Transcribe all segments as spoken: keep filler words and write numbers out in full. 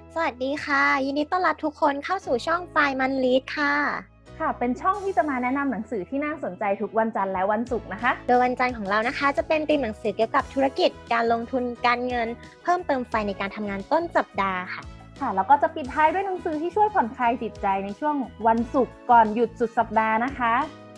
สวัสดีค่ะยินดีต้อนรับทุกคนเข้าสู่ช่องไฟมันลีดค่ะค่ะเป็นช่องที่จะมาแนะนำหนังสือที่น่าสนใจทุกวันจันทร์และวันศุกร์นะคะโดยวันจันทร์ของเรานะคะจะเป็นธีมหนังสือเกี่ยวกับธุรกิจการลงทุนการเงินเพิ่มเติมไฟในการทำงานต้นสัปดาห์ค่ะค่ะแล้วก็จะปิดท้ายด้วยหนังสือที่ช่วยผ่อนคลายจิตใจในช่วงวันศุกร์ก่อนหยุดสุดสัปดาห์นะคะ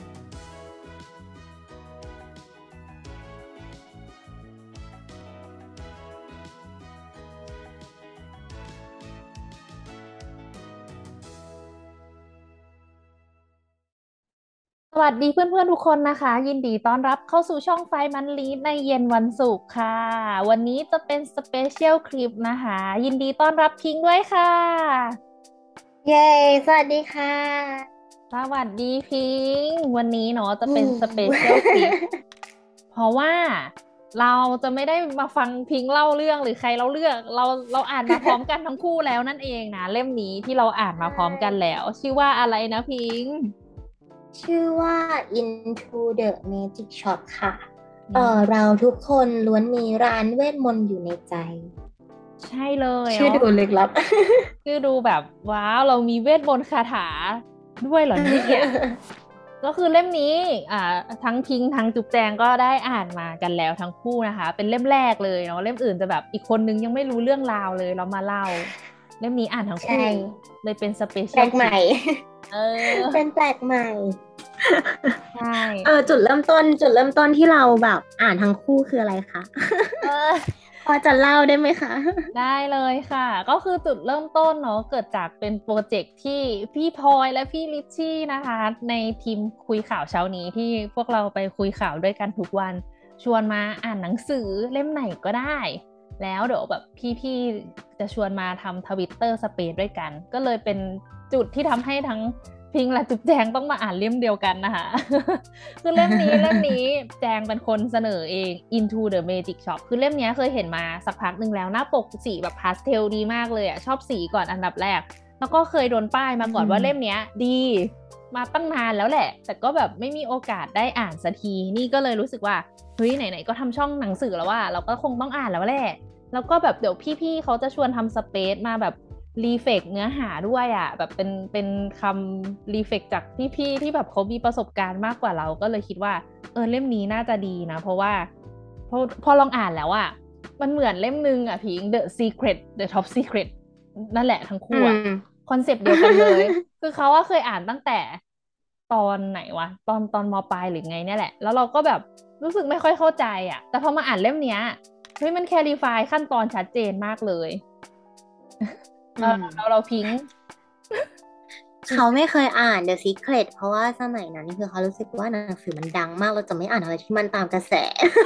สวัสดีเพื่อนๆทุกคนนะคะยินดีต้อนรับเข้าสู่ช่องไฟมันลีดในเย็นวันศุกร์ค่ะวันนี้จะเป็นสเปเชียลคลิปนะคะยินดีต้อนรับพิงค์ด้วยค่ะเย้สวัสดีค่ะสวัสดีพิงค์วันนี้เนาะจะเป็นสเปเชียลคลิปเพราะว่าเราจะไม่ได้มาฟังพิงค์เล่าเรื่องหรือใครเล่าเรื่องเราเราอ่านมาพร้อมกันทั้งคู่แล้วนั่นเองนะเล่มนี้ที่เราอ่านมาพร้อมกันแล้วชื่อว่าอะไรนะพิงค์ชื่อว่า Into the Magic Shop ค่ะเออเราทุกคนล้วนมีร้านเวทมนต์อยู่ในใจใช่เลยชื่อดูลึกลับชื่อดูแบบว้าวเรามีเวทมนต์คาถาด้วยเหรอเนี่ยก็คือเล่มนี้อ่าทั้งพิงค์ทั้งจุ๊บแจงก็ได้อ่านมากันแล้วทั้งคู่นะคะเป็นเล่มแรกเลยเนาะเล่มอื่นจะแบบอีกคนนึงยังไม่รู้เรื่องราวเลยเรามาเล่าเล่มนี้อ่านทั้งคู่เลยเป็นสเปเชียลแปลกใหม่เออเป็นแปลกใหม่ใช่เออจุดเริ่มต้นจุดเริ่มต้นที่เราแบบอ่านทั้งคู่คืออะไรคะเออพอจะเล่าได้ไหมคะได้เลยค่ะก็คือจุดเริ่มต้นเนาะเกิดจากเป็นโปรเจกต์ที่พี่พลอยและพี่ลิชชี่นะคะในทีมคุยข่าวเช้านี้ที่พวกเราไปคุยข่าวด้วยกันทุกวันชวนมาอ่านหนังสือเล่มไหนก็ได้แล้วเดี๋ยวแบบพี่ๆจะชวนมาทำทวิตเตอร์สเปซด้วยกันก็เลยเป็นจุดที่ทำให้ทั้งพิงค์และจุ๊บแจงต้องมาอ่านเล่มเดียวกันนะคะ คือเล่มนี้เล่มนี้แจงเป็นคนเสนอเอง Into the Magic Shop คือเล่มนี้เคยเห็นมาสักพักหนึ่งแล้วหน้าปกสีแบบพาสเทลดีมากเลยอ่ะชอบสีก่อนอันดับแรกแล้วก็เคยโดนป้ายมาก่อนว่าเล่มนี้ดีมาตั้งนานแล้วแหละแต่ก็แบบไม่มีโอกาสได้อ่านสักทีนี่ก็เลยรู้สึกว่าเฮ้ยไหนๆก็ทำช่องหนังสือแล้วว่าเราก็คงต้องอ่านแล้วแหละแล้วก็แบบเดี๋ยวพี่ๆเขาจะชวนทำสเปซมาแบบรีเฟกเนื้อหาด้วยอ่ะแบบเป็นเป็นคำรีเฟกจากพี่ๆที่แบบเขามีประสบการณ์มากกว่าเราก็เลยคิดว่าเออเล่มนี้น่าจะดีนะเพราะว่าพอพอลองอ่านแล้วอ่ะมันเหมือนเล่มนึงอ่ะพิง The Secret The Top Secret นั่นแหละทั้งคู่อ่ะคอนเซปต์เดียวกันเลยคือเขาว่าเคยอ่านตั้งแต่ตอนไหนวะตอนตอนมปลายหรือไงเนี่ยแหละแล้วเราก็แบบรู้สึกไม่ค่อยเข้าใจอ่ะแต่พอมาอ่านเล่มเนี้ยเฮ้ยมันแคลิฟายขั้นตอนชัดเจนมากเลยเออเราเราพิงค์เขาไม่เคยอ่าน The Secret เพราะว่าสมัยนั้นคือเขารู้สึกว่าหนังสือมันดังมากเราจะไม่อ่านอะไรที่มันตามกระแส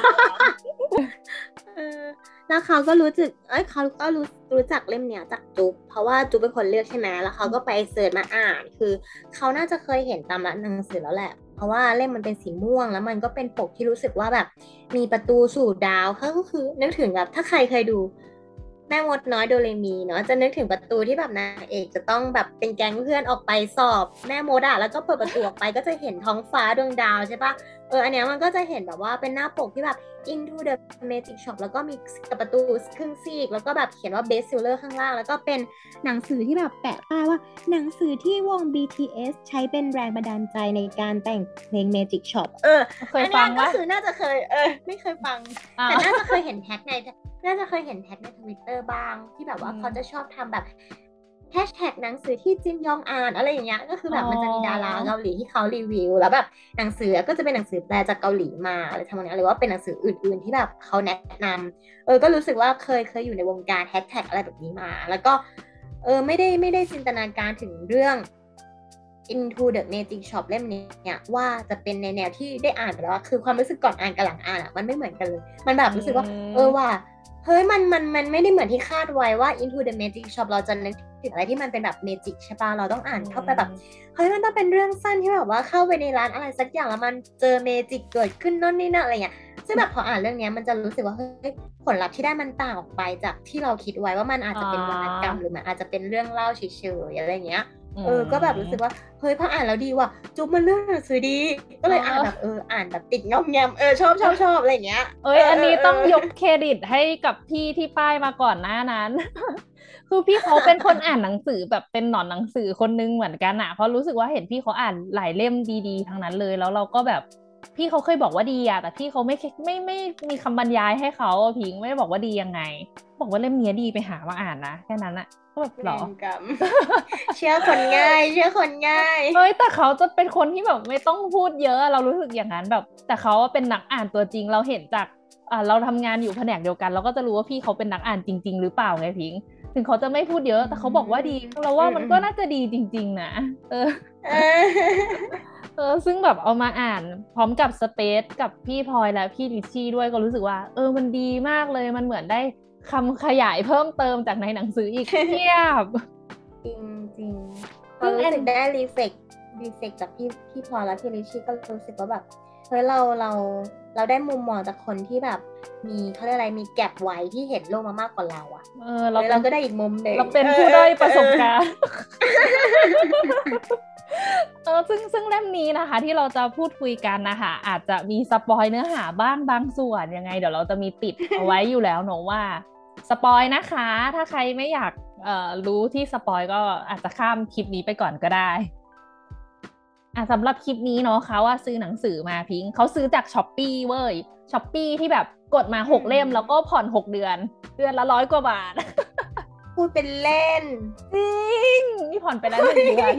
เออแล้วเขาก็รู้จึกเอ้ยเขาก็รู้รู้จักเล่มเนี้ยจากจุ๊บเพราะว่าจุ๊บเป็นคนเลือกใช่ไหมแล้วเขาก็ไปเสิร์ชมาอ่านคือเขาน่าจะเคยเห็นตามร้านหนังสือแล้วแหละเพราะว่าเล่มมันเป็นสีม่วงแล้วมันก็เป็นปกที่รู้สึกว่าแบบมีประตูสู่ดาวเขาก็คือนึกถึงแบบถ้าใครเคยดูแม่มดน้อยโดเรมีเนาะจะนึกถึงประตูที่แบบนางเอกจะต้องแบบเป็นแก๊งเพื่อนออกไปสอบแม่มดอะแล้วก็เปิดประตูออกไปก็จะเห็นท้องฟ้าดวงดาวใช่ปะ เอออันเนี้ยมันก็จะเห็นแบบว่าเป็นหน้าปกที่แบบ Into the Magic Shop แล้วก็มีกับประตูครึ่งซีกแล้วก็แบบเขียนว่า Best Seller ข้างล่างแล้วก็เป็นหนังสือที่แบบแปะป้ายว่าหนังสือที่วง บี ที เอส ใช้เป็นแรงบันดาลใจในการแต่งเพลง Magic Shop เออเคยฟังก็คือน่าจะเคยเออไม่เคยฟังแต่น่าจะเคยเห็นแท็กในน่าจะเคยเห็นแท็กในทวิตเตอร์บ้างที่แบบว่าเขาจะชอบทำแบบแฮชแท็กหนังสือที่จินยองอ่านอะไรอย่างเงี้ยก็คือแบบมันจะมีดาราเกาหลีที่เขารีวิวแล้วแบบหนังสือก็จะเป็นหนังสือแปลจากเกาหลีมาอะไรทำนองนี้หรือว่าเป็นหนังสืออื่นๆที่แบบเขาแนะนำเออก็รู้สึกว่าเคยเคยอยู่ในวงการแฮชแท็กอะไรแบบนี้มาแล้วก็เออไม่ได้ไม่ได้จินตนาการถึงเรื่อง Into the Magic Shop เล่มนี้เนี่ยว่าจะเป็นในแนวที่ได้อ่านไปแล้วคือความรู้สึกก่อนอ่านกับหลังอ่านอ่ะมันไม่เหมือนกันเลยมันแบบรู้สึกว่าเออว่าเฮ้ยมันมันมันไม่ได้เหมือนที่คาดไว้ว่า Into the Magic Shop เราจะนึกถึงอะไรที่มันเป็นแบบเมจิกใช่ปะเราต้องอ่านเข้าไปแบบเฮ้ยมันต้องเป็นเรื่องสั้นที่แบบว่าเข้าไปในร้านอะไรสักอย่างแล้วมันเจอเมจิกเกิดขึ้นนั่นนี่นั่นอะไรเงี้ยซึ่งแบบพออ่านเรื่องนี้มันจะรู้สึกว่าเฮ้ยผลลัพธ์ที่ได้มันต่างออกไปจากที่เราคิดไว้ว่ามันอาจจะเป็นวรรณกรรมหรือมันอาจจะเป็นเรื่องเล่าเฉยๆอะไรเงี้ยเออก็แบบรู้สึกว่าเฮ้ยพออ่านแล้วดีว่ะจุ๊บมันเรื่องหนังสือดีก็เลยอ่านแบบเอออ่านแบบติดงอมแงมเออชอบชอบชอบอะไรเงี้ยเอ้ยอันนี้ต้องยกเครดิตให้กับพี่ที่ป้ายมาก่อนหน้านั้น คืคือพี่เขาเป็นคนอ่านหนังสือแบบเป็นหนอนหนังสือคนนึงเหมือนกันอ่ะเพราะรู้สึกว่าเห็นพี่เขาอ่านหลายเล่มดีๆทั้งนั้นเลยแล้วเราก็แบบพี่เขาเคยบอกว่าดีอ่ะแต่พี่เขาไม่ไม่ไม่ไม่มีคำบรรยายให้เขาอะพิงไม่ได้บอกว่าดียังไงบอกว่าเล่มเนี้ยดีไปหามาอ่านนะแค่นั้นอะก็แบบเวหรอรกรรมเชื่อคนง่ายเชื่อคนง่ายเอ้ยแต่เขาจะเป็นคนที่แบบไม่ต้องพูดเยอะเรารู้สึกอย่างนั้นแบบแต่เขาเป็นนักอ่านตัวจริงเราเห็นจากอ่าเราทำงานอยู่แผนกเดียวกันเราก็จะรู้ว่าพี่เขาเป็นนักอ่านจริงๆหรือเปล่าไงพิงถึงเขาจะไม่พูดเยอะแต่เขาบอกว่าดีเราว่ามันก็น่าจะดีจริงๆนะเออเออซึ่งแบบเอามาอ่านพร้อมกับสเปซกับพี่พลอยและพี่ลิชชี่ด้วยก็รู้สึกว่าเออมันดีมากเลยมันเหมือนได้คำขยายเพิ่มเติมจากในหนังสืออีกเทียบจริงจริงพอซึ่งรู้แอนสึกได้รีเฟกรีเฟกจากพี่พี่พอและพี่ลิชชี่ก็รู้สึกว่าแบบเฮ้ยเราเราเราได้มุมมองจากคนที่แบบมีเขาเรียกอะไรมีแก็บไว้ที่เห็นโลกมามากกว่าเราอ่ะเออเราเราก็ได้อีกมุมหนึ่งเราเป็นผู้ด้อยประสบการณ์เออซึ่งซึ่งเล่มนี้นะคะที่เราจะพูดคุยกันนะคะอาจจะมีสปอยเนื้อหาบ้างบางส่วนยังไงเดี๋ยวเราจะมีติดเอาไว้อยู่แล้วเนอะว่าสปอยนะคะถ้าใครไม่อยากเอ่อรู้ที่สปอยก็อาจจะข้ามคลิปนี้ไปก่อนก็ได้อ่ะสำหรับคลิปนี้เนาะเขาว่าซื้อหนังสือมาพิงเขาซื้อจากช้อปปี้เว้ยช้อปปี้ที่แบบกดมาหกเล่มแล้วก็ผ่อนหกเดือนเดือนละร้อยกว่าบาทพูดเป็นเล่นจริงนี่ผ่อนไปแล้วหนึ่งเดือน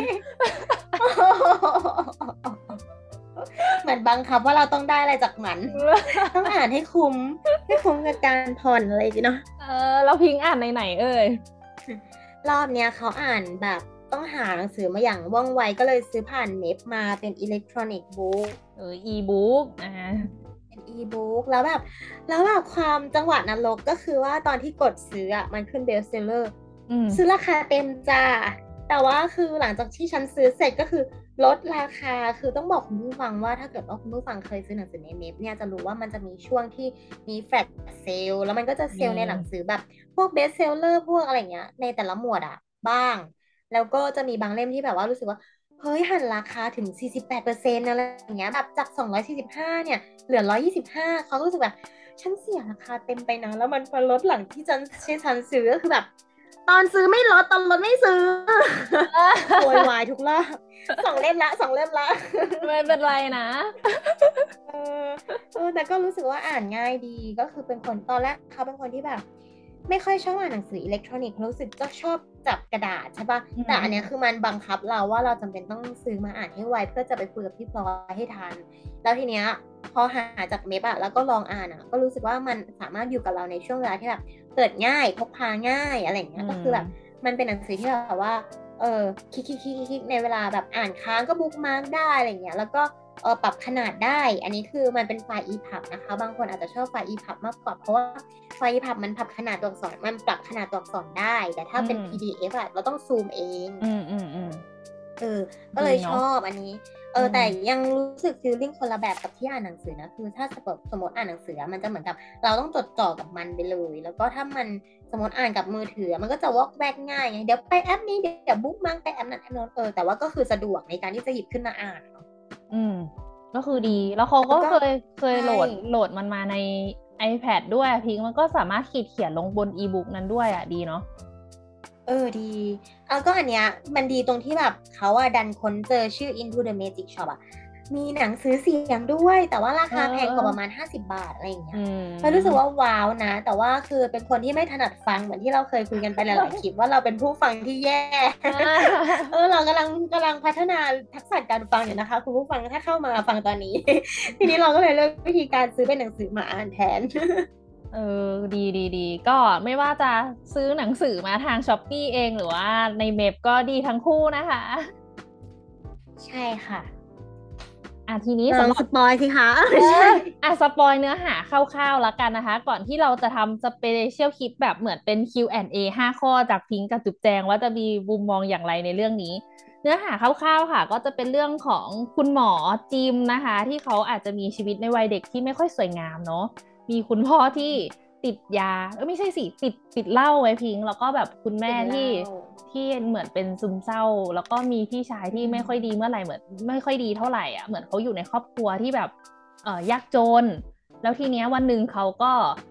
เหมือนบังคับว่าเราต้องได้อะไรจากมันต้องอ่านให้คุ้มให้คุ้มกับการผ่อนอะไรจีเนาะเออเราพิงอ่านในไหนเอ่ยรอบเนี้ยเขาอ่านแบบต้องหาหนังสือมาอย่างว่องไวก็เลยซื้อผ่านเน็ตมาเป็นอิเล็กทรอนิกส์บุ๊กเอออีบุ๊กอ่าเป็นอีบุ๊กแล้วแบบแล้วแบบความจังหวะนรกก็คือว่าตอนที่กดซื้ออ่ะมันขึ้นเบสเซลเลอร์ซื้อราคาเต็มจ้าแต่ว่าคือหลังจากที่ฉันซื้อเสร็จก็คือลดราคาคือต้องบอกคุณผู้ฟังว่าถ้าเกิดว่าคุณผู้ฟังเคยซื้อหนังสือในเน็ตเนี่ยจะรู้ว่ามันจะมีช่วงที่มีแฟลชเซลล์แล้วมันก็จะเซลล์ในหนังสือแบบพวกเบสเซลเลอร์พวกอะไรเงี้ยในแต่ละหมวดอ่ะบ้างแล้วก็จะมีบางเล่มที่แบบว่ารู้สึกว่าเฮ้ยหันราคาถึง สี่สิบแปดเปอร์เซ็นต์ อะไรอย่างเงี้ยแบบจากสองร้อยสี่สิบห้าเนี่ยเหลือหนึ่งร้อยยี่สิบห้าเขาก็รู้สึกแบบฉันเสียราคาเต็มไปนะแล้วมันพอลดหลังที่ฉันที่ฉันซื้อก็คือแบบตอนซื้อไม่ลดตอนลดไม่ซื้อโวยวายทุกรอบสองเล่มละสองเล่มละไม่เป็นไรนะเออเออแต่ก็รู้สึกว่าอ่านง่ายดีก็คือเป็นคนตอนแรกเขาเป็นคนที่แบบไม่ค่อยชอบอ่านหนังสืออิเล็กทรอนิกส์รู้สึกก็ชอบจับกระดาษใช่ปะแต่อันนี้คือมันบังคับเราว่าเราจำเป็นต้องซื้อมาอ่านให้ไวเพื่อจะไปคุยกับพี่พลอยให้ทันแล้วทีเนี้ยพอหาจากเมพอะแล้วก็ลองอ่านอะก็รู้สึกว่ามันสามารถอยู่กับเราในช่วงเวลาที่แบบเปิดง่ายพกพาง่ายอะไรอย่างเงี้ยก็คือแบบมันเป็นหนังสือที่แบบว่าเออคลิกคลิกคลิกคลิกในเวลาแบบอ่านค้างก็บุ๊กมาร์กได้อะไรเงี้ยแล้วก็เออปรับขนาดได้อันนี้คือมันเป็นไฟล์ อี พับ นะคะบางคนอาจจะชอบไฟล์ อี พับ มากกว่าเพราะว่าไฟล์ อี พับ มันปรับขนาดตัวอักษรมันปรับขนาดตัวอักษรได้แต่ถ้าเป็น พี ดี เอฟ อะเราต้องซูมเองอืมอืมอืมเออก็เลยชอบอันนี้เออแต่ยังรู้สึกฟีลลิ่งคนละแบบกับที่อ่านหนังสือนะคือถ้าสมมติอ่านหนังสือมันจะเหมือนกับเราต้องจดจ่อกับมันไปเลยแล้วก็ถ้ามันสมมติอ่านกับมือถือมันก็จะวอกแวกง่ายไงเดี๋ยวไปแอปนี้เดี๋ยวบุ๊กมั้งไปแอปนั้นแอปนั้นเออแต่ว่าก็คือสะดวกในการที่จะหยิบขึ้นมาอ่านอืมก็คือดีแล้วเขาก็เคยเคยโหลดโหลดมันมาใน iPad ด้วยพิงมันก็สามารถขีดเขียนลงบนอีบุ๊กนั้นด้วยอ่ะดีเนาะเออดีเอาก็อันเนี้ยมันดีตรงที่แบบเขาอะดันค้นเจอชื่อ Into the Magic Shop อะมีหนังสือเสียงด้วยแต่ว่าราคาแพงกว่าประมาณห้าสิบบาทอะไรอย่างเงี้ยเรารู้สึกว่าว้าวนะแต่ว่าคือเป็นคนที่ไม่ถนัดฟังเหมือนที่เราเคยคุยกันไปหลายๆคลิปว่าเราเป็นผู้ฟังที่แย่เออเรากำลังกำลังพัฒนาทักษะการฟังอยู่นะคะคุณผู้ฟังถ้าเข้ามาฟังตอนนี้ ทีนี้เราก็เลยเลือกวิธีการซื้อเป็นหนังสือมาอ่านแทนเออดีดีดีก็ไม่ว่าจะซื้อหนังสือมาทางช้อปปี้เองหรือว่าในเมพก็ดีทั้งคู่นะคะใช่ค่ะอ่ะทีนี้สำหรับสปอยสิคะอ่ะสปอยเนื้อหาคร่าวๆแล้วกันนะคะก่อนที่เราจะทำสเปเชียลคลิปแบบเหมือนเป็น คิว แอนด์ เอ ห้าข้อจากพิงค์กับจุ๊บแจงว่าจะมีมุมมองอย่างไรในเรื่องนี้เนื้อหาคร่าวๆค่ะก็จะเป็นเรื่องของคุณหมอจิมนะคะที่เขาอาจจะมีชีวิตในวัยเด็กที่ไม่ค่อยสวยงามเนาะมีคุณพ่อที่ติดยาเออไม่ใช่สิติดติดเหล้าไว้พิงค์แล้วก็แบบคุณแม่ที่ที่เหมือนเป็นซึมเศร้าแล้วก็มีพี่ชายที่ไม่ค่อยดีเมื่อไหร่เหมือนไม่ค่อยดีเท่าไหร่อ่ะเหมือนเขาอยู่ในครอบครัวที่แบบเออยากจนแล้วทีเนี้ยวันหนึ่งเขาก็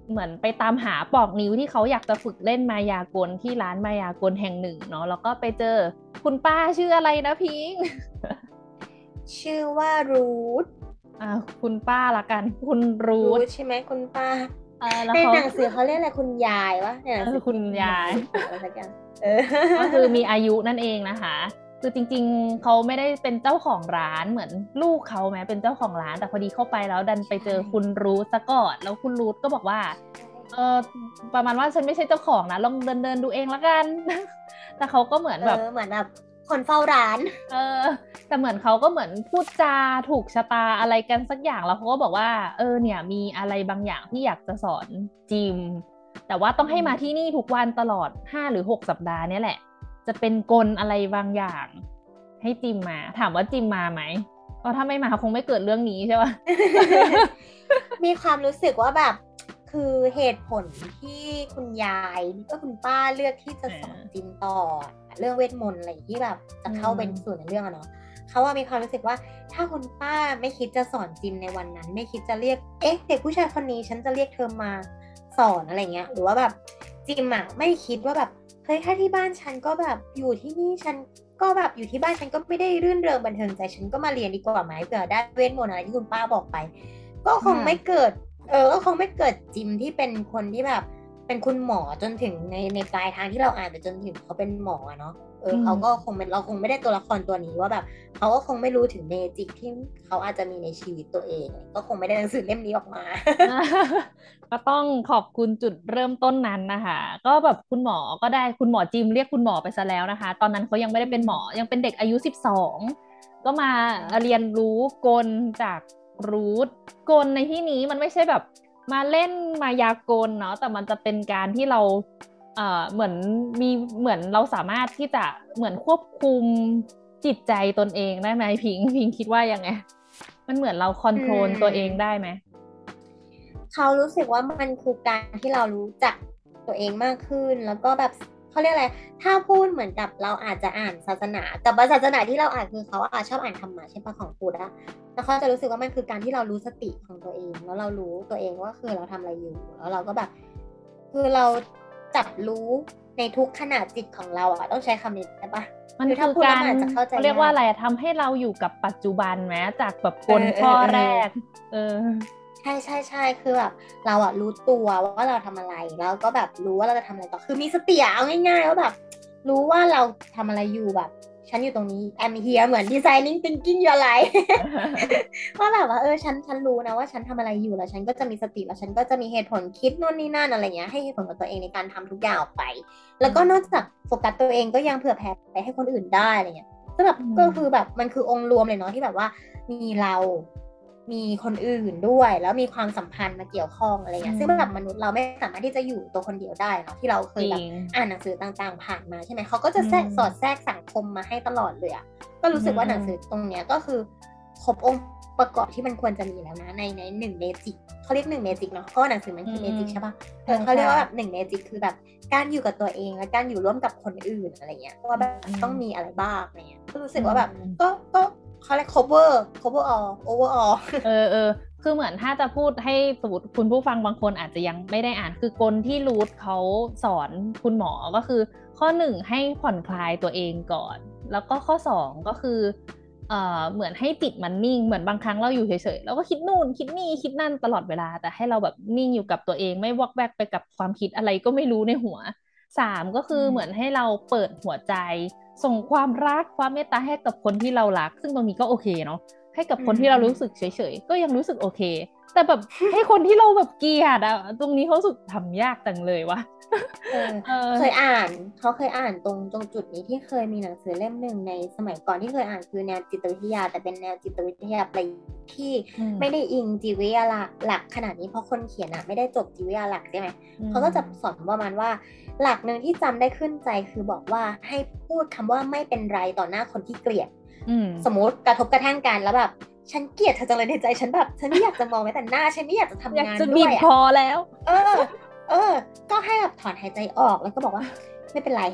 เหมือนไปตามหาปลอกนิ้วที่เขาอยากจะฝึกเล่นมายากลที่ร้านมายากลแห่งหนึ่งเนาะแล้วก็ไปเจอคุณป้าชื่ออะไรนะพิงค์ชื่อว่ารูทอ่าคุณป้าละกันคุณรูรูททใช่ไหมคุณป้าเออแล้วในเขาหนังสือเขาเรียกอะไรคุณยายวะในหนังสือคุณยายอะไรสักอย่างเออก็คือมีอายุนั่นเองนะคะคือจริงๆเขาไม่ได้เป็นเจ้าของร้านเหมือนลูกเขาแม้เป็นเจ้าของร้านแต่พอดีเข้าไปแล้วดันไปเจอคุณรูทซะก่อนแล้วคุณรูทก็บอกว่าเออประมาณว่าฉันไม่ใช่เจ้าของนะลองเดินเดินดูเองละกัน แต่เขาก็เหมือนแบบเหมือนแบบคนเฝ้าร้านเออแต่เหมือนเขาก็เหมือนพูดจาถูกชะตาอะไรกันสักอย่างแล้วเขาก็บอกว่าเออเนี่ยมีอะไรบางอย่างที่อยากจะสอนจิมแต่ว่าต้องให้มาที่นี่ทุกวันตลอดห้าหรือหกสัปดาห์นี้แหละจะเป็นกลอะไรบางอย่างให้จิมมาถามว่าจิมมาไหมเพราะถ้าไม่มาคงไม่เกิดเรื่องนี้ใช่ปะมีความรู้สึกว่าแบบคือเหตุผลที่คุณยายก็คุณป้าเลือกที่จะสอนจิมต่อเรื่องเวทมนต์อะไรที่แบบจะเข้าเป็นส่วนในเรื่องอะเนาะเขาว่ามีความรู้สึกว่าถ้าคุณป้าไม่คิดจะสอนจิมในวันนั้นไม่คิดจะเรียกเอ๊ะเด็กผู้ชายคนนี้ฉันจะเรียกเธอมาสอนอะไรเงี้ยหรือว่าแบบจิมอะไม่คิดว่าแบบเฮ้ยถ้าที่บ้านฉันก็แบบอยู่ที่นี่ฉันก็แบบอยู่ที่บ้านฉันก็ไม่ได้รื่นเริงบันเทิงใจฉันก็มาเรียนดีกว่าไหมเผื่อได้เวทมนต์อะไรที่คุณป้าบอกไปก็คงไม่เกิดเออก็คงไม่เกิดจิมที่เป็นคนที่แบบเป็นคุณหมอจนถึงในในปลายทางที่เราอ่านไปจนถึงเขาเป็นหมอเนาะเออเขาก็คงเป็นเราคงไม่ได้ตัวละครตัวนี้ว่าแบบเขาก็คงไม่รู้ถึงเมจิกที่เขาอาจจะมีในชีวิตตัวเองก็คงไม่ได้หนังสือเล่มนี้ออกมาก็ต้องขอบคุณจุดเริ่มต้นนั้นนะคะก็แบบคุณหมอก็ได้คุณหมอจิมเรียกคุณหมอไปซะแล้วนะคะตอนนั้นเขายังไม่ได้เป็นหมอยังเป็นเด็กอายุสิบสองก็มาเรียนรู้กลจากรูทกลในที่นี้มันไม่ใช่แบบมาเล่นมายากลเนาะแต่มันจะเป็นการที่เราเอ่อเหมือนมีเหมือนเราสามารถที่จะเหมือนควบคุมจิตใจตนเองได้ไหมพิงพิงคิดว่ายังไงมันเหมือนเราคอนโทรลตัวเองได้ไหมเขารู้สึกว่ามันคือการที่เรารู้จักตัวเองมากขึ้นแล้วก็แบบเขาเรียกอะไรถ้าพูดเหมือนกับเราอาจจะอ่านศาสนากับศาสนาที่เราอ่านคือเขาอาจชอบอ่านธรรมะใช่ปะของพุทธอะแล้วเขาจะรู้สึกว่ามันคือการที่เรารู้สติของตัวเองแล้วเรารู้ตัวเองว่าคือเราทำอะไรอยู่แล้วเราก็แบบคือเราจับรู้ในทุกขณะจิตของเราอะต้องใช้คำนี้ใช่ปะมันคือการเขาเรียกว่าอะไรทำให้เราอยู่กับปัจจุบันแม้จากแบบกลข้อแรกเออใช่ใช่ใช่คือแบบเราอะรู้ตัวว่าเราทำอะไรแล้วก็แบบรู้ว่าเราจะทำอะไรต่อคือมีสติเอาง่ายๆว่าแบบรู้ว่าเราทำอะไรอยู่แบบฉันอยู่ตรงนี้ I'm here เหมือน designing thinking your life ว่าแบบว่าเออฉันฉันรู้นะว่าฉันทำอะไรอยู่แล้วฉันก็จะมีสติแล้วฉันก็จะมีเหตุผลคิดโน่นนี่นั่นอะไรเงี้ยให้เหตุผลกับตัวเองในการทำทุกอย่างออกไปแล้วก็นอกจากโฟกัสตัวเองก็ยังเผื่อแผ่ไปให้คนอื่นได้อะไรเงี้ยซึ่งแบบก็คือแบบมันคือองค์รวมเลยเนาะที่แบบว่ามีเรามีคนอื่นด้วยแล้วมีความสัมพันธ์มาเกี่ยวข้องอะไรเงี้ยซึ่งแบบมนุษย์เราไม่สามารถที่จะอยู่ตัวคนเดียวได้เนาะที่เราเคยแบบอ่านหนังสือต่างๆผ่านมาใช่ไหมเขาก็จะแทรกสอดแทรกสังคมมาให้ตลอดเลยอ่ะก็รู้สึกว่าหนังสือตรงเนี้ยก็คือครบองค์ประกอบที่มันควรจะมีแล้วนะในในหนึ่งเมจิกเขาเรียกหนึ่งเมจิกเนาะเพราะหนังสือมันคือเมจิกใช่ปะเออเขาเรียกว่าแบบหนึ่งเมจิกคือแบบการอยู่กับตัวเองและการอยู่ร่วมกับคนอื่นอะไรเงี้ยว่าแบบต้องมีอะไรบ้างอะไรเงี้ยก็รู้สึกว่าแบบก็ก็เขาเรียก cover cover all overall เออเออคือเหมือนถ้าจะพูดให้สมมติคุณผู้ฟังบางคนอาจจะยังไม่ได้อ่านคือกลที่รูทเขาสอนคุณหมอก็คือข้อหนึ่งให้ผ่อนคลายตัวเองก่อนแล้วก็ข้อสองก็คือเอ่อเหมือนให้จิตมันนิ่งเหมือนบางครั้งเราอยู่เฉยๆแล้วก็คิดนู่นคิดนี่คิดนั่นตลอดเวลาแต่ให้เราแบบนิ่งอยู่กับตัวเองไม่วอกแวกไปกับความคิดอะไรก็ไม่รู้ในหัวสามก็คือเหมือนให้เราเปิดหัวใจส่งความรักความเมตตาให้กับคนที่เรารักซึ่งตรงนี้ก็โอเคเนาะให้กับคนที่เรารู้สึกเฉยๆก็ยังรู้สึกโอเคแต่แบบ ให้คนที่เราแบบเกลียดอะตรงนี้เขาสึกทำยากจังเลยวะเคยอ่านเขาเคยอ่านตรงตรงจุดนี้ที่เคยมีหนังสือเล่มหนึ่งในสมัยก่อนที่เคยอ่านคือแนวจิตวิทยาแต่เป็นแนวจิตวิทยาไปที่ไม่ได้อิงจิตวิทยาหลักขนาดนี้เพราะคนเขียนอะไม่ได้จบจิตวิทยาหลักใช่ไหมเขาก็จะสอนประมาณว่าหลักหนึ่งที่จำได้ขึ้นใจคือบอกว่าให้พูดคำว่าไม่เป็นไรต่อหน้าคนที่เกลียดสมมติกระทบกระทั่งกันแล้วแบบฉันเกลียดเธอจังเลยในใจฉันแบบฉันไม่อยากจะมองแม้แต่หน้าฉันไม่อยากจะทำงานด้วยอยากจะบีบคอแล้วเออเออก็ให้แบบถอนหายใจออกแล้วก็บอกว่าไม่เป็นไร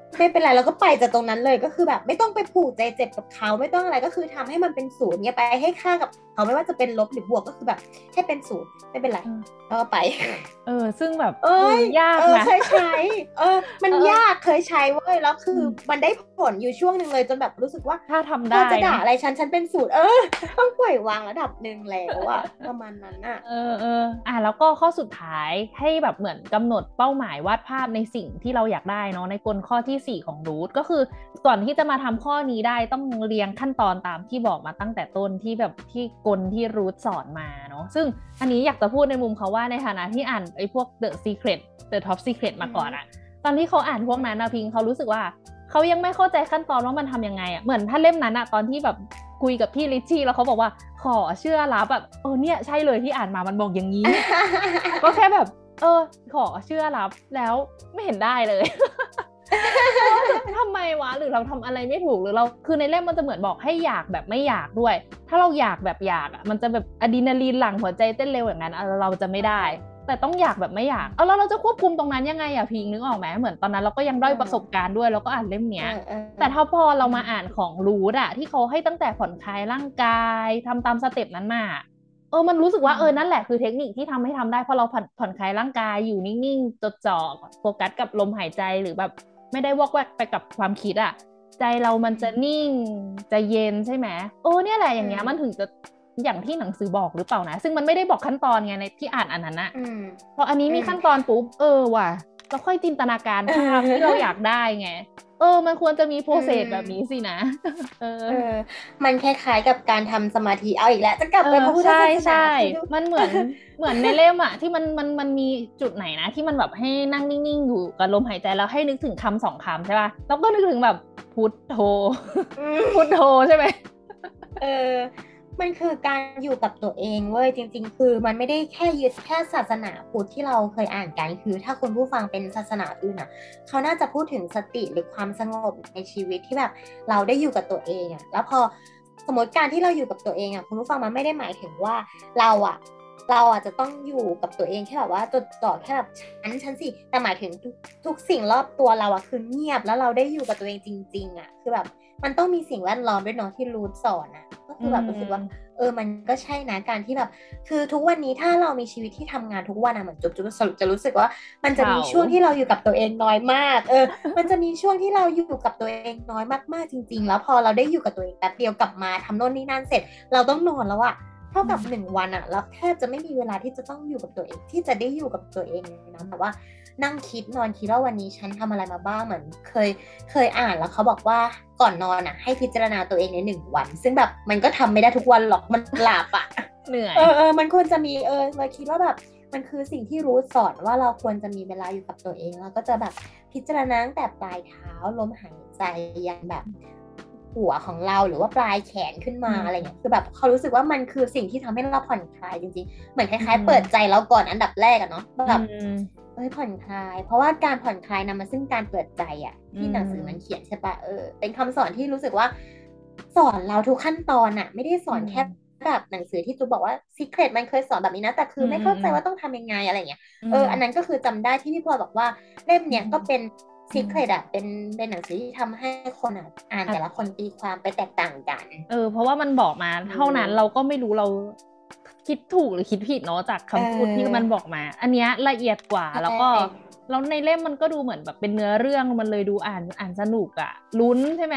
ไม่เป็นไรเราก็ไปจากตรงนั้นเลยก็คือแบบไม่ต้องไปผูกใจเจ็บกับเขาไม่ต้องอะไรก็คือทำให้มันเป็นศูนย์เนี่ยไปให้ค่ากับเขาไม่ว่าจะเป็นลบหรือบวกก็คือแบบให้เป็นศูนย์ไม่เป็นไรแล้วก็ไปเออซึ่งแบบเอ้ยยากเออนะเคยใช้เออมันยากเคยใช้เว้ยแล้วคือมันได้ผลอยู่ช่วงหนึ่งเลยจนแบบรู้สึกว่าถ้าทำเธได้อจะด่าอะไรฉันฉันเป็นศูนย์เออต้องปล่อยวางระดับหนึ่งแล้วอะประมาณนั้นอะเออเอออ่ะแล้วก็ข้อสุดท้ายให้แบบเหมือนกำหนดเป้าหมายวาดภาพในสิ่งที่เราอยากได้เนาะในกลข้อที่สี่ของรูทก็คือก่อนที่จะมาทำข้อนี้ได้ต้องเรียงขั้นตอนตามที่บอกมาตั้งแต่ต้นที่แบบที่กลที่รูทสอนมาเนาะซึ่งอันนี้อยากจะพูดในมุมเขาว่าในฐานะที่อ่านไอ้พวก The Secret The Top Secret มาก่อนอะตอนที่เขาอ่านพวกนั้นนะพิงเขารู้สึกว่าเขายังไม่เข้าใจขั้นตอนว่ามันทำยังไงอะเหมือนถ้าเล่มนั้นอะตอนที่แบบคุยกับพี่ลิชชี่แล้วเขาบอกว่าขอเชื่อรับแบบเออเนี่ยใช่เลยที่อ่านมามันบอกอย่างนี้ ก็แค่แบบเออขอเชื่อรับแล้วไม่เห็นได้เลย ทำไมวะหรือเราทำอะไรไม่ถูกหรือเราคือในเล่มมันจะเหมือนบอกให้อยากแบบไม่อยากด้วยถ้าเราอยากแบบอยากอ่ะมันจะแบบอะดรีนาลีนหลั่งหัวใจเต้นเร็วอย่างนั้นเราจะไม่ได้แต่ต้องอยากแบบไม่อยากเอาแล้วเราจะควบคุมตรงนั้นยังไงอะพิงนึกออกไหมเหมือนตอนนั้นเราก็ยังด้อยประสบการณ์ด้วยเราก็อ่านเล่มเนี้ยแต่ถ้าพอเรามาอ่านของรูทอะที่เขาให้ตั้งแต่ผ่อนคลายร่างกายทำตามสเต็ปนั้นมาเออมันรู้สึกว่าเออนั่นแหละคือเทคนิคที่ทำให้ทำได้เพราะเราผ่อนผ่อนคลายร่างกายอยู่นิ่งๆจดจ่อโฟกัสกับลมหายใจหรือแบบไม่ได้วอกแวกไปกับความคิดอะใจเรามันจะนิ่งจะเย็นใช่ไหมโอ้เนี่ยแหละอย่างเงี้ยมันถึงจะอย่างที่หนังสือบอกหรือเปล่านะซึ่งมันไม่ได้บอกขั้นตอนไงในที่อ่านอันนั้นอะพออันนี้มีขั้นตอนปุ๊บเออว่ะเราค่อยจินตนาการภาพที่เราอยากได้ไงเออมันควรจะมีโปรเซสแบบนี้สินะเออมันคล้ายๆกับการทำสมาธิเอาอีกแล้วจะกลับไปพระพุทธศาสนาใช่มันเหมือนเหมือนในเล่มอะที่มันมันมันมีจุดไหนนะที่มันแบบให้นั่งนิ่งๆอยู่กับลมหายใจแล้วให้นึกถึงคำสองคำใช่ป่ะแล้วก็นึกถึงแบบพุทโธพุทโธใช่ไหมเออมันคือการอยู่กับตัวเองเว้ยจริงๆคือมันไม่ได้แค่ยึดแค่ศาสนาพุทธที่เราเคยอ่านกันคือถ้าคุณผู้ฟังเป็นศาสนาอื่นอ่ะเขาน่าจะพูดถึงสติหรือความสงบในชีวิตที่แบบเราได้อยู่กับตัวเองอ่ะแล้วพอสมมติการที่เราอยู่กับตัวเองอ่ะคุณผู้ฟังมันไม่ได้หมายถึงว่าเราอ่ะเราอ่ะจะต้องอยู่กับตัวเองแค่แบบว่าจดจ่อแค่แบบฉันฉันสิแต่หมายถึงทุกทุกสิ่งรอบตัวเราอ่ะคือเงียบแล้วเราได้อยู่กับตัวเองจริงๆอ่ะคือแบบมันต้องมีสิ่งแวดล้อมด้วยเนาะที่รูทสอนอ่ะก็คือแบบรู้สึกว่าเออมันก็ใช่นะการที่แบบคือทุกวันนี้ถ้าเรามีชีวิตที่ทำงานทุกวันอะเหมือนจุ๊บจุ๊บสรุปจะรู้สึกว่ามันจะมีช่วงที่เราอยู่กับตัวเองน้อยมากเออมันจะมีช่วงที่เราอยู่กับตัวเองน้อยมากๆจริงๆแล้วพอเราได้อยู่กับตัวเองแป๊บเดียวกลับมาทำโน่นนี่นั่นเสร็จเราต้องนอนแล้วอะเท่ากับหนึ่งวันอะเราแทบจะไม่มีเวลาที่จะต้องอยู่กับตัวเองที่จะได้อยู่กับตัวเองนะแบบว่านั่งคิดนอนคิดว่าวันนี้ฉันทำอะไรมาบ้างเหมือนเคยเคยอ่านแล้วเขาบอกว่าก่อนนอนอ่ะให้พิจารณาตัวเองในหนึ่งวันซึ่งแบบมันก็ทำไม่ได้ทุกวันหรอกมันหลับอ่ะเหนื่อยเออเออมันควรจะมีเออเราคิดว่าแบบมันคือสิ่งที่รู้สอนว่าเราควรจะมีเวลาอยู่กับตัวเองแล้วก็จะแบบพิจารณาตั้งแต่ปลายเท้าลมหายใจยันแบบหัวของเราหรือว่าปลายแขนขึ้นมาอะไรเงี้ยคือแบบเขารู้สึกว่ามันคือสิ่งที่ทำให้เราผ่อนคลายจริงๆเหมือนคล้ายๆเปิดใจเราก่อนอันดับแรกอะเนาะแบบเอ้ยผ่อนคลายเพราะว่าการผ่อนคลายนำมาซึ่งการเปิดใจอะที่หนังสือมันเขียนใช่ปะเออเป็นคำสอนที่รู้สึกว่าสอนเราทุกขั้นตอนอะไม่ได้สอนแค่แบบหนังสือที่จูบอกว่า Secret มันเคยสอนแบบนี้นะแต่คือไม่เข้าใจว่าต้องทำยังไงอะไรเงี้ยเอออันนั้นก็คือจำได้ที่พี่พลอยบอกว่าเล่มเนี้ยก็เป็นSecret อะเป็นเป็นหนังสือที่ทำให้คนอ่ะอ่านแต่ละคนตีความไปแตกต่างกันเออเพราะว่ามันบอกมาเท่านั้นเราก็ไม่รู้เราคิดถูกหรือคิดผิดเนาะจากคำพูดที่มันบอกมาอันเนี้ยละเอียดกว่าแล้วก็แล้วในเล่มมันก็ดูเหมือนแบบเป็นเนื้อเรื่องมันเลยดูอ่านอ่านสนุกอะลุ้นใช่ไหม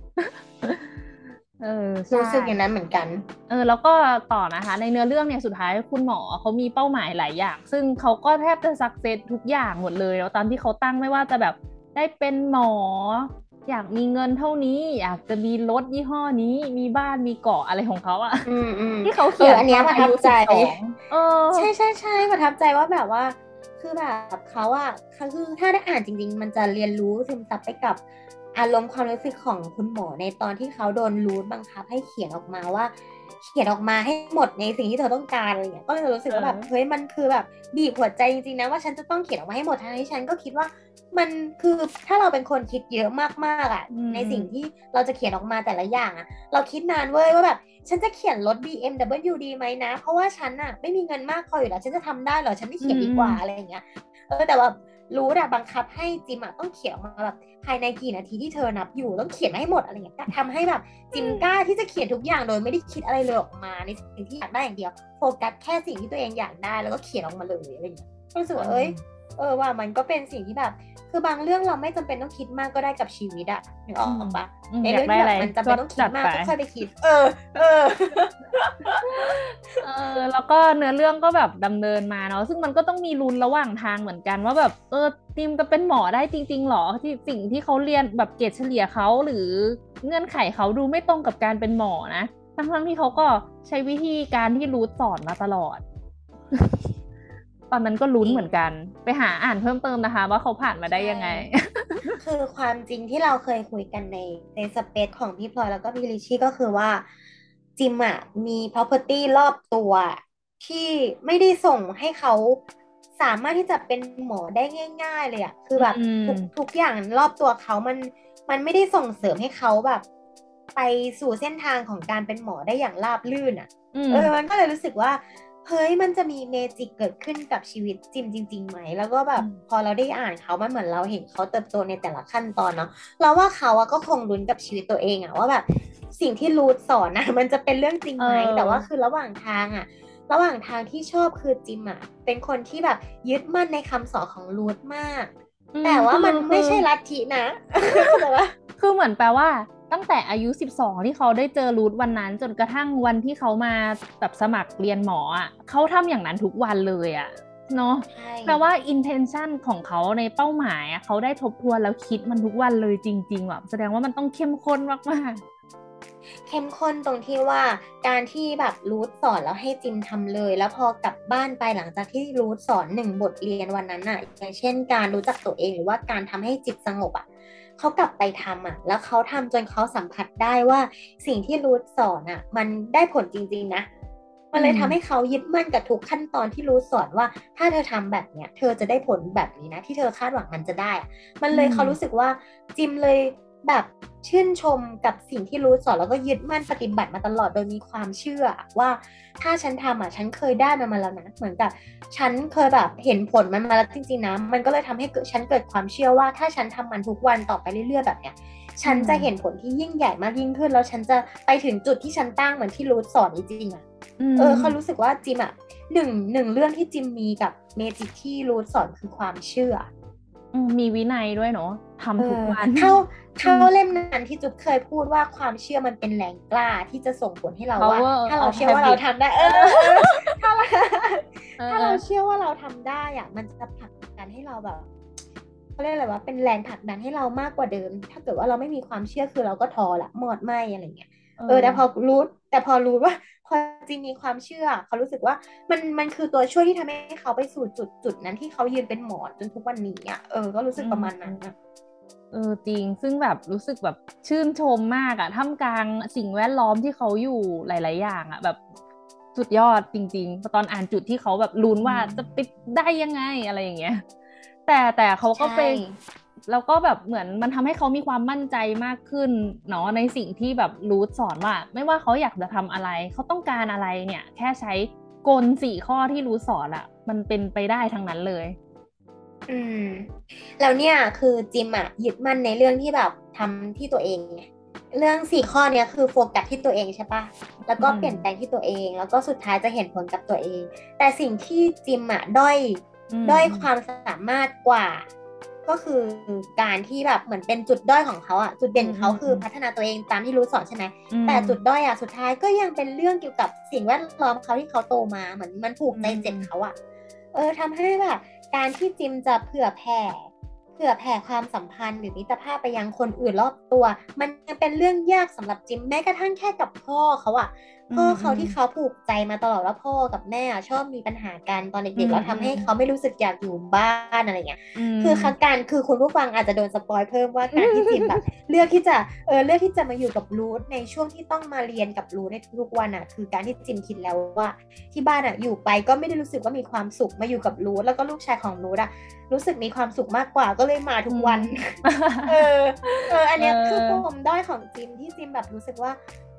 เออรู้สึกอย่างนั้นเหมือนกันเออแล้วก็ต่อนะคะในเนื้อเรื่องเนี่ยสุดท้ายคุณหมอเขามีเป้าหมายหลายอย่างซึ่งเขาก็แทบจะสักเซสทุกอย่างหมดเลยแล้วตามที่เขาตั้งไม่ว่าจะแบบได้เป็นหมออยากมีเงินเท่านี้อยากจะมีรถยี่ห้อนี้มีบ้านมีเกาะอะไรของเขาอะที่เขาเขียนอันนี้ประทับใจเออใช่ใช่ใช่ประทับใจว่าแบบว่าคือแบบเขาอะคือถ้าได้อ่านจริงๆมันจะเรียนรู้ซึมซับไปกับอารมณ์ความรู้สึกของคุณหมอในตอนที่เขาโดนรูทบังคับให้เขียนออกมาว่าเขียนออกมาให้หมดในสิ่งที่เธอต้องการอะไรอย่างเงี้ยก็เลยรู้สึกว่าแบบเฮ้ยมันคือแบบบีบหัวใจจริงๆนะว่าฉันจะต้องเขียนออกมาให้หมดทั้งที่ฉันก็คิดว่ามันคือถ้าเราเป็นคนคิดเยอะมากๆอ่ะในสิ่งที่เราจะเขียนออกมาแต่ละอย่างอ่ะเราคิดนานเว้ยว่าแบบฉันจะเขียนรถ บี เอ็ม ดับเบิลยู ดีไหมนะเพราะว่าฉันอ่ะไม่มีเงินมากพออยู่แล้วฉันจะทำได้เหรอฉันไม่เขียนดีกว่าอะไรอย่างเงี้ยเออแต่ว่ารู้อะบังคับให้จิมอะต้องเขียนออกมาแบบภายในกี่นาทีที่เธอนับอยู่ต้องเขียนมาให้หมดอะไรเงี้ยทำให้แบบจิมกล้าที่จะเขียนทุกอย่างโดยไม่ได้คิดอะไรเลยออกมาในสิ่งที่อยากได้อย่างเดียวโฟกัสแค่สิ่งที่ตัวเองอยากได้แล้วก็เขียนออกมาเลยอะไรเงี้ยรู้สึกว่าเอ้ยเออว่ามันก็เป็นสิ่งที่แบบคือบางเรื่องเราไม่จำเป็นต้องคิดมากก็ได้กับชีวิตอะนึกออกปะในเรื่องที่แบบมันจำเป็นต้องคิดมากก็ค่อยไปคิดเออเออเออแล้วก็เนื้อเรื่องก็แบบดำเนินมาเนาะซึ่งมันก็ต้องมีลุ้นระหว่างทางเหมือนกันว่าแบบเออทีมจะเป็นหมอได้จริงๆหรอที่สิ่งที่เขาเรียนแบบเกรดเฉลี่ยเขาหรือเงื่อนไขเขาดูไม่ตรงกับการเป็นหมอนะทั้งๆที่เขาก็ใช้วิธีการที่รูทสอนมาตลอด ตอนนั้นก็ลุ้นเหมือนกันไปหาอ่านเพิ่มเติมนะคะว่าเขาผ่านมาได้ยังไงคือความจริงที่เราเคยคุยกันในในสเปซของพี่พลอยแล้วก็พี่ลิชชี่ก็คือว่าจิมอะมี property รอบตัวที่ไม่ได้ส่งให้เขาสามารถที่จะเป็นหมอได้ง่ายๆเลยอะคือแบบทุกทุกอย่างรอบตัวเขามันมันไม่ได้ส่งเสริมให้เขาแบบไปสู่เส้นทางของการเป็นหมอได้อย่างราบรื่นอะเออมันก็เลยรู้สึกว่าเฮ้ยมันจะมีเมจิกเกิดขึ้นกับชีวิตจิมจริงๆไหมแล้วก็แบบพอเราได้อ่านเขามันเหมือนเราเห็นเขาเติบโตในแต่ละขั้นตอนเนาะเราว่าเขาอะก็คงลุ้นกับชีวิตตัวเองอะว่าแบบสิ่งที่รูทสอนนะมันจะเป็นเรื่องจริงไหมแต่ว่าคือระหว่างทางอะระหว่างทางที่ชอบคือจิมอะเป็นคนที่แบบยึดมั่นในคำสอนของรูทมากแต่ว่ามันไม่ใช่ลัทธินะแต่ว่าคือเหมือนแปลว่าตั้งแต่อายุสิบสองที่เขาได้เจอรูทวันนั้นจนกระทั่งวันที่เขามาแบบสมัครเรียนหมออ่ะเขาทำอย่างนั้นทุกวันเลยอ่ะเนาะแปลว่า intention ของเขาในเป้าหมายอ่ะเขาได้ทบทวนแล้วคิดมันทุกวันเลยจริงๆแบบแสดงว่ามันต้องเข้มข้นมากๆเข้มข้นตรงที่ว่าการที่แบบรูทสอนแล้วให้จิมทำเลยแล้วพอกลับบ้านไปหลังจากที่รูทสอนหนึ่งบทเรียนวันนั้นอ่ะอย่างเช่นการรู้จักตัวเองหรือว่าการทำให้จิตสงบอ่ะเขากลับไปทำอ่ะแล้วเขาทำจนเขาสัมผัสได้ว่าสิ่งที่รูทสอนอ่ะมันได้ผลจริงๆนะมันเลยทำให้เขายึดมั่นกับทุกขั้นตอนที่รูทสอนว่าถ้าเธอทำแบบเนี้ยเธอจะได้ผลแบบนี้นะที่เธอคาดหวังมันจะได้มันเลยเขารู้สึกว่าจิมเลยแบบชื่นชมกับสิ่งที่รูทสอนแล้วก็ยึดมั่นปฏิบัติมาตลอดโดยมีความเชื่อว่าถ้าฉันทำอ่ะฉันเคยได้มันมาแล้วนะเหมือนกับฉันเคยแบบเห็นผลมันมาแล้วจริงๆนะมันก็เลยทำให้ฉันเกิดความเชื่อว่าถ้าฉันทำมันทุกวันต่อไปเรื่อยๆแบบเนี้ยฉันจะเห็นผลที่ยิ่งใหญ่มากยิ่งขึ้นแล้วฉันจะไปถึงจุดที่ฉันตั้งเหมือนที่รูทสอนจริงๆอ่ะเออเขารู้สึกว่าจิมอ่ะหนึ่งหนึ่งเรื่องที่จิมมีกับเมจิกที่รูทสอนคือความเชื่อมีวินัยด้วยเนาะทำทุกวันเข้าเข้าเล่มนั้นที่จุ๊บเคยพูดว่าความเชื่อมันเป็นแรงกล้าที่จะส่งผลให้เราว่าถ้าเราเชื่อว่าเราทำได้เออถ้าเราถ้าเราเชื่อว่าเราทำได้อ่ะมันจะผลักดันให้เราแบบเขาเรียกอะไรว่าเป็นแรงผลักดันให้เรามากกว่าเดิมถ้าเกิดว่าเราไม่มีความเชื่อคือเราก็ท้อละหมดไหมอะไรเงี้ยเออแต่พอรู้แต่พอรู้ว่าพอจริงมีความเชื่อเขารู้สึกว่ามันมันคือตัวช่วยที่ทำให้เขาไปสู่จุดจุดนั้นที่เขายืนเป็นหมอจนทุกวันนี้อ่ะเออก็รู้สึกประมาณนั้นนะเออจริงซึ่งแบบรู้สึกแบบชื่นชมมากอะท่ามกลางสิ่งแวดล้อมที่เขาอยู่หลายๆอย่างอะแบบสุดยอดจริงๆตอนอ่านจุดที่เขาแบบลุ้นว่าจะติดได้ยังไงอะไรอย่างเงี้ยแต่แต่เขาก็ไปแล้วก็แบบเหมือนมันทำให้เขามีความมั่นใจมากขึ้นเนาะในสิ่งที่แบบรูทสอนว่าไม่ว่าเขาอยากจะทำอะไรเขาต้องการอะไรเนี่ยแค่ใช้กลสี่ข้อที่รูทสอนอะมันเป็นไปได้ทั้งนั้นเลยอืมแล้วเนี่ยคือจิมอะยึดมั่นในเรื่องที่แบบทำที่ตัวเองไงเรื่องสี่ข้อเนี้ยคือโฟกัสที่ตัวเองใช่ปะแล้วก็เปลี่ยนแปลงที่ตัวเองแล้วก็สุดท้ายจะเห็นผลกับตัวเองแต่สิ่งที่จิมอะด้อยด้อยความสามารถกว่าก็คือการที่แบบเหมือนเป็นจุดด้อยของเขาอะจุดเด่นเขาคือพัฒนาตัวเองตามที่รู้สอนใช่ไหมแต่จุดด้อยอะสุดท้ายก็ยังเป็นเรื่องเกี่ยวกับสิ่งแวดล้อมเขาที่เขาโตมาเหมือนมันผูกใจเจ็บเขาอะเออทำให้แบบการที่จิมจะเผื่อแผ่เผื่อแผ่ความสัมพันธ์หรือมิตรภาพไปยังคนอื่นรอบตัวมันยังเป็นเรื่องยากสำหรับจิมแม้กระทั่งแค่กับพ่อเขาอะพ่อเขาที่เขาผูกใจมาตลอดว่าพ่อกับแม่ชอบมีปัญหากันตอนเด็กๆแล้วทำให้เขาไม่รู้สึกอยากอยู่บ้านอะไรเงี้ยคือการคือคุณผู้ฟังอาจจะโดนสปอยเพิ่มว่าการที่จิมแบบเลือกที่จะเออเลือกที่จะมาอยู่กับรูทในช่วงที่ต้องมาเรียนกับรูทในทุกๆวันอะคือการที่จิมคิดแล้วว่าที่บ้านอะอยู่ไปก็ไม่ได้รู้สึกว่ามีความสุขมาอยู่กับรูทแล้วก็ลูกชายของรูทอะรู้สึกมีความสุขมากกว่าก็เลยมาทุกวันเออเอออันนี้คือปมด้อยของจิมที่จิมแบบรู้สึกว่า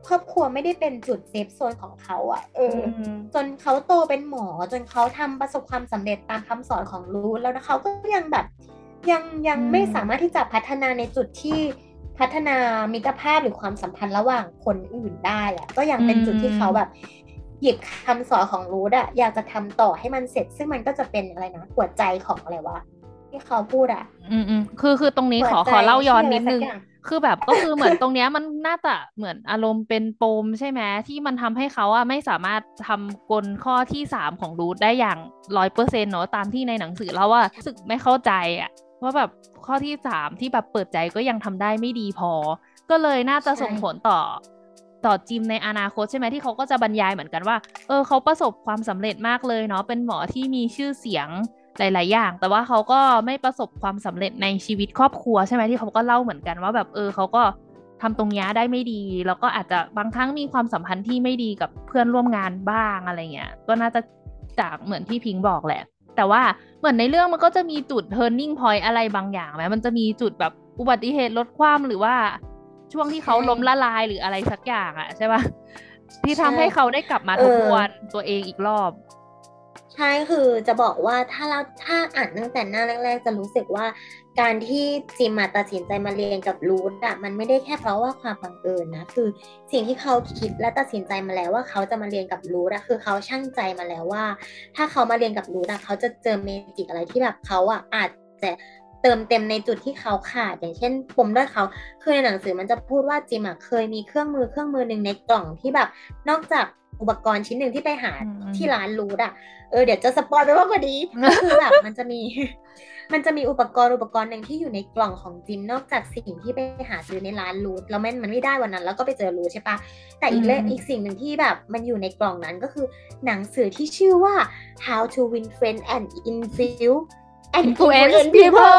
ครอบครัวไม่ได้เป็นจุดเซฟโซนของเขาอ่ะเออจนเขาโตเป็นหมอจนเขาทำประสบความสำเร็จตามคำสอนของรูทแล้วนะเขาก็ยังแบบยังยังไม่สามารถที่จะพัฒนาในจุดที่พัฒนามิตรภาพหรือความสัมพันธ์ระหว่างคนอื่นได้อะก็ยังเป็นจุดที่เขาแบบหยิบคำสอนของรูทอะอยากจะทำต่อให้มันเสร็จซึ่งมันก็จะเป็นอะไรนะหัวใจของอะไรวะที่เขาพูดอะอืมอืมคือคือตรงนี้ขอขอเล่าย้อนนิดนึงคือแบบก็คือเหมือนตรงเนี้ยมันน่าจะเหมือนอารมณ์เป็นปมใช่ไหมที่มันทำให้เขาอะไม่สามารถทำกลข้อที่สามของรูทได้อย่างร้อยเปอร์เซ็นต์เนาะตามที่ในหนังสือแล้วว่ารู้สึกไม่เข้าใจอะว่าแบบข้อที่สามที่แบบเปิดใจก็ยังทำได้ไม่ดีพอก็เลยน่าจะส่งผลต่อต่อจิมในอนาคตใช่ไหมที่เขาก็จะบรรยายเหมือนกันว่าเออเขาประสบความสำเร็จมากเลยเนาะเป็นหมอที่มีชื่อเสียงหลายๆอย่างแต่ว่าเขาก็ไม่ประสบความสำเร็จในชีวิตครอบครัวใช่ไหมที่เขาก็เล่าเหมือนกันว่าแบบเออเขาก็ทำตรงนี้ได้ไม่ดีแล้วก็อาจจะบางครั้งมีความสัมพันธ์ที่ไม่ดีกับเพื่อนร่วมงานบ้างอะไรเงี้ยก็น่าจะจากเหมือนที่พิงค์บอกแหละแต่ว่าเหมือนในเรื่องมันก็จะมีจุด turning point อะไรบางอย่างไหมมันจะมีจุดแบบอุบัติเหตุลดความหรือว่าช่วงที่เขาล้มละลายหรืออะไรสักอย่างอะใช่ปะที่ทำให้เขาได้กลับมาทบทวนตัวเองอีกรอบใช่คือจะบอกว่าถ้าเราถ้าอ่านตั้งแต่หน้าแรกๆจะรู้สึกว่าการที่จิมมาตัดสินใจมาเรียนกับรูทอะมันไม่ได้แค่เพราะว่าความบังเอิญนะคือสิ่งที่เขาคิดและตัดสินใจมาแล้วว่าเขาจะมาเรียนกับรูทอะคือเขาชั่งใจมาแล้วว่าถ้าเขามาเรียนกับรูทอะเขาจะเจอเมจิกอะไรที่แบบเขาอะอาจจะเติมเต็มในจุดที่เขาขาดอย่างเช่นปมด้อยเขาคือในหนังสือมันจะพูดว่าจิมอะเคยมีเครื่องมือเครื่องมือหนึ่งในกล่องที่แบบนอกจากอุปกรณ์ชิ้นหนึ่งที่ไปหาที่ร้านรูทอะเออเดี๋ยวจะสปอยไปว่ากว่านี้ก็คือแบบมันจะมีมันจะมีอุปกรณ์อุปกรณ์หนึ่งที่อยู่ในกล่องของจิมนอกจากสิ่งที่ไปหาซื้อในร้านรูทแล้วมันมันไม่ได้วันนั้นแล้วก็ไปเจอรูทใช่ปะแต่อีกเรื่องอีกสิ่งหนึ่งที่แบบมันอยู่ในกล่องนั้นก็คือหนังสือที่ชื่อว่า How to Win Friends and Influence and Influence People